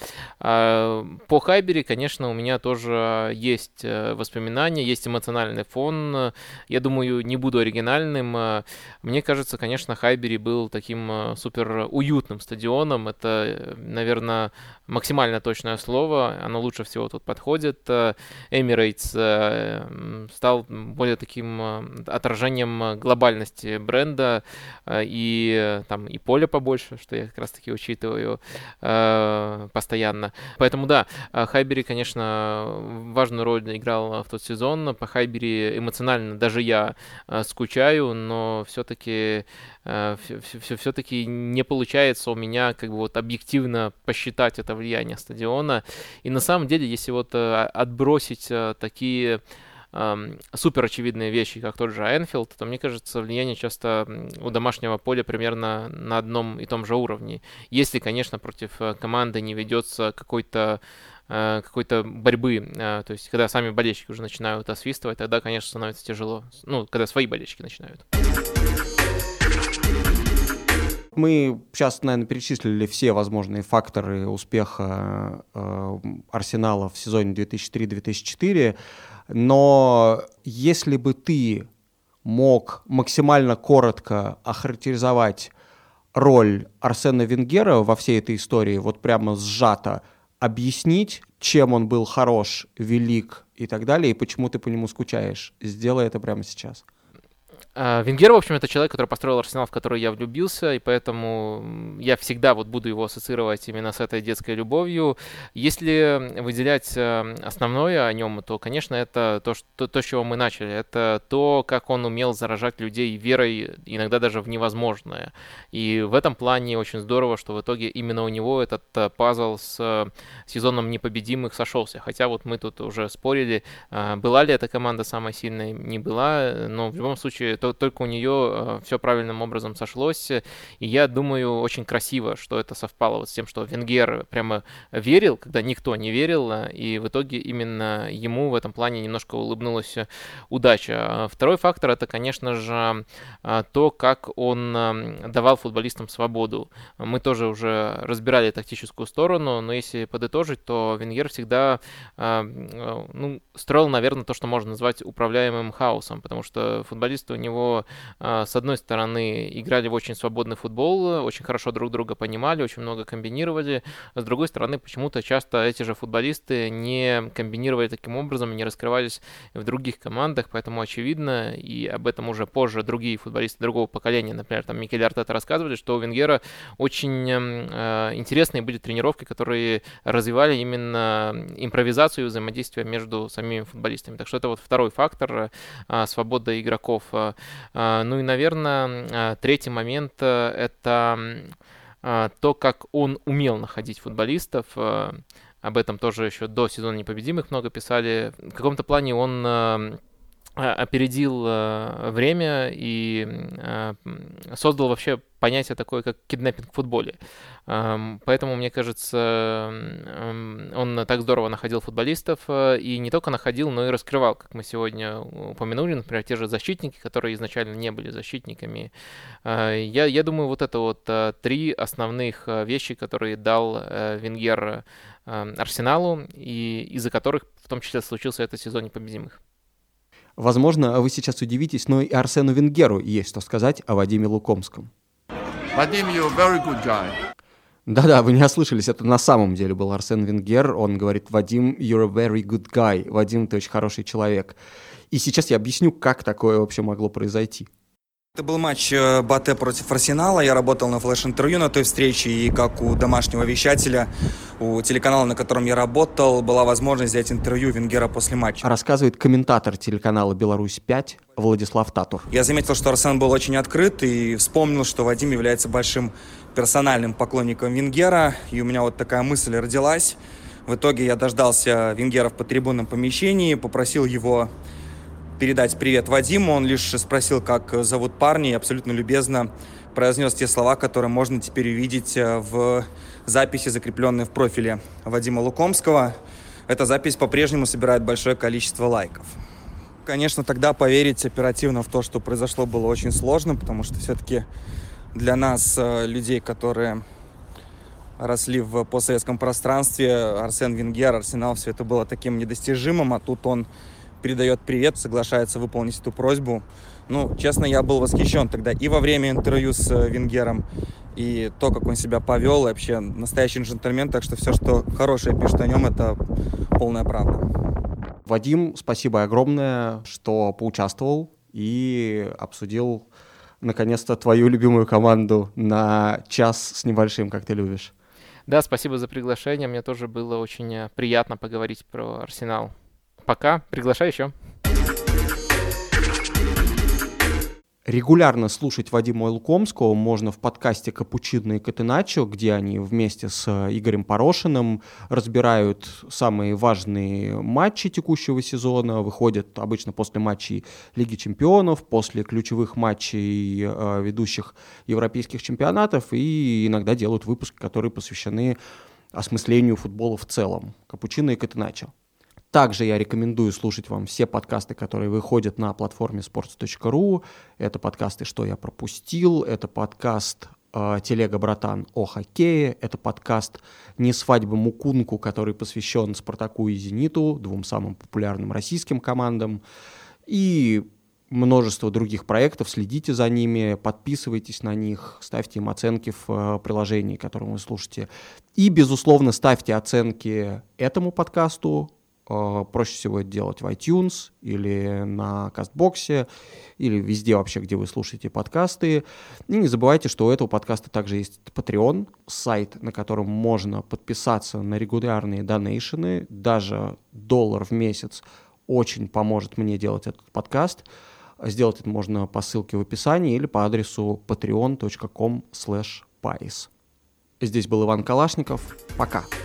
А по Хайбери, конечно, у меня тоже есть воспоминания, есть эмоциональный фон. Я думаю, не буду оригинальным. Мне кажется, конечно, Хайбери был таким супер уютным стадионом. Это, наверное, максимально точное слово. Оно лучше всего тут подходит. Эмирейтс стал более таким отражением глобальности бренда и, там, и поля побольше, что я как раз-таки учитываю постоянно. Поэтому да, Хайбери, конечно, важную роль играл в тот сезон. По Хайбери эмоционально даже я скучаю, но все-таки все-таки не получается у меня как бы вот объективно посчитать это влияние стадиона. И на самом деле, если вот отбросить такие супер очевидные вещи, как тот же Энфилд, то, мне кажется, влияние часто у домашнего поля примерно на одном и том же уровне. Если, конечно, против команды не ведется какой-то какой-то борьбы, то есть когда сами болельщики уже начинают освистывать, тогда, конечно, становится тяжело. Ну, когда свои болельщики начинают. Мы сейчас, наверное, перечислили все возможные факторы успеха э, Арсенала в сезоне две тысячи три - две тысячи четыре, но если бы ты мог максимально коротко охарактеризовать роль Арсена Венгера во всей этой истории, вот прямо сжато, объяснить, чем он был хорош, велик и так далее, и почему ты по нему скучаешь, сделай это прямо сейчас. Венгер, в общем, это человек, который построил Арсенал, в который я влюбился, и поэтому я всегда вот буду его ассоциировать именно с этой детской любовью. Если выделять основное о нем, то, конечно, это то, что, то, с чего мы начали. Это то, как он умел заражать людей верой, иногда даже в невозможное. И в этом плане очень здорово, что в итоге именно у него этот пазл с сезоном непобедимых сошелся. Хотя вот мы тут уже спорили, была ли эта команда самой сильной, не была, но в любом случае то, только у нее э, все правильным образом сошлось, и я думаю, очень красиво, что это совпало вот с тем, что Венгер прямо верил, когда никто не верил, и в итоге именно ему в этом плане немножко улыбнулась удача. Второй фактор — это, конечно же, то, как он давал футболистам свободу. Мы тоже уже разбирали тактическую сторону, но если подытожить, то Венгер всегда э, ну, строил, наверное, то, что можно назвать управляемым хаосом, потому что футболисты у него с одной стороны играли в очень свободный футбол, очень хорошо друг друга понимали, очень много комбинировали, а с другой стороны почему-то часто эти же футболисты не комбинировали таким образом, не раскрывались в других командах, поэтому очевидно, и об этом уже позже другие футболисты другого поколения, например, там Микель Артета, рассказывали, что у Венгера очень э, интересные были тренировки, которые развивали именно импровизацию и взаимодействие между самими футболистами. Так что это вот второй фактор, э, свобода игроков. Ну и, наверное, третий момент — это то, как он умел находить футболистов. Об этом тоже еще до сезона непобедимых много писали. В каком-то плане он опередил время и создал вообще понятие такое, как киднеппинг в футболе. Поэтому, мне кажется, он так здорово находил футболистов, и не только находил, но и раскрывал, как мы сегодня упомянули, например, те же защитники, которые изначально не были защитниками. Я, я думаю, вот это вот три основных вещи, которые дал Венгер Арсеналу, и из-за которых в том числе случился этот сезон непобедимых. Возможно, вы сейчас удивитесь, но и Арсену Венгеру есть что сказать о Вадиме Лукомском. Вадим, you're a very good guy. Да-да, вы не ослышались, это на самом деле был Арсен Венгер. Он говорит: Вадим, you're a very good guy. Вадим, ты очень хороший человек. И сейчас я объясню, как такое вообще могло произойти. Это был матч Батэ против Арсенала. Я работал на флеш-интервью на той встрече, и как у домашнего вещателя, у телеканала, на котором я работал, была возможность взять интервью Венгера после матча. Рассказывает комментатор телеканала «Беларусь пять» Владислав Татур. Я заметил, что Арсен был очень открыт, и вспомнил, что Вадим является большим персональным поклонником Венгера, и у меня вот такая мысль родилась. В итоге я дождался Венгера в потрибунном помещении, попросил его передать привет Вадиму. Он лишь спросил, как зовут парня, и абсолютно любезно произнес те слова, которые можно теперь увидеть в записи, закрепленной в профиле Вадима Лукомского. Эта запись по-прежнему собирает большое количество лайков. Конечно, тогда поверить оперативно в то, что произошло, было очень сложно, потому что все-таки для нас, людей, которые росли в постсоветском пространстве, Арсен Венгер, Арсенал, все это было таким недостижимым, а тут он передает привет, соглашается выполнить эту просьбу. Ну, честно, я был восхищен тогда и во время интервью с Венгером, и то, как он себя повел, и вообще настоящий джентльмен, так что все, что хорошее пишут о нем, это полная правда. Вадим, спасибо огромное, что поучаствовал и обсудил, наконец-то, твою любимую команду на час с небольшим, как ты любишь. Да, спасибо за приглашение. Мне тоже было очень приятно поговорить про Арсенал. Пока. Приглашай еще. Регулярно слушать Вадима Илкомского можно в подкасте «Капучино и Катеначо», где они вместе с Игорем Порошиным разбирают самые важные матчи текущего сезона, выходят обычно после матчей Лиги чемпионов, после ключевых матчей э, ведущих европейских чемпионатов, и иногда делают выпуски, которые посвящены осмыслению футбола в целом. «Капучино и Катеначо». Также я рекомендую слушать вам все подкасты, которые выходят на платформе sports точка ру. Это подкасты «Что я пропустил», это подкаст э, «Телега, братан» о хоккее, это подкаст «Не свадьба Мукунку», который посвящен «Спартаку» и «Зениту», двум самым популярным российским командам, и множество других проектов. Следите за ними, подписывайтесь на них, ставьте им оценки в э, приложении, которое вы слушаете. И, безусловно, ставьте оценки этому подкасту. Проще всего это делать в iTunes или на Кастбоксе, или везде вообще, где вы слушаете подкасты. И не забывайте, что у этого подкаста также есть Patreon, сайт, на котором можно подписаться на регулярные донейшены. Даже доллар в месяц очень поможет мне делать этот подкаст. Сделать это можно по ссылке в описании или по адресу patreon точка ком слэш пайс. Здесь был Иван Калашников. Пока.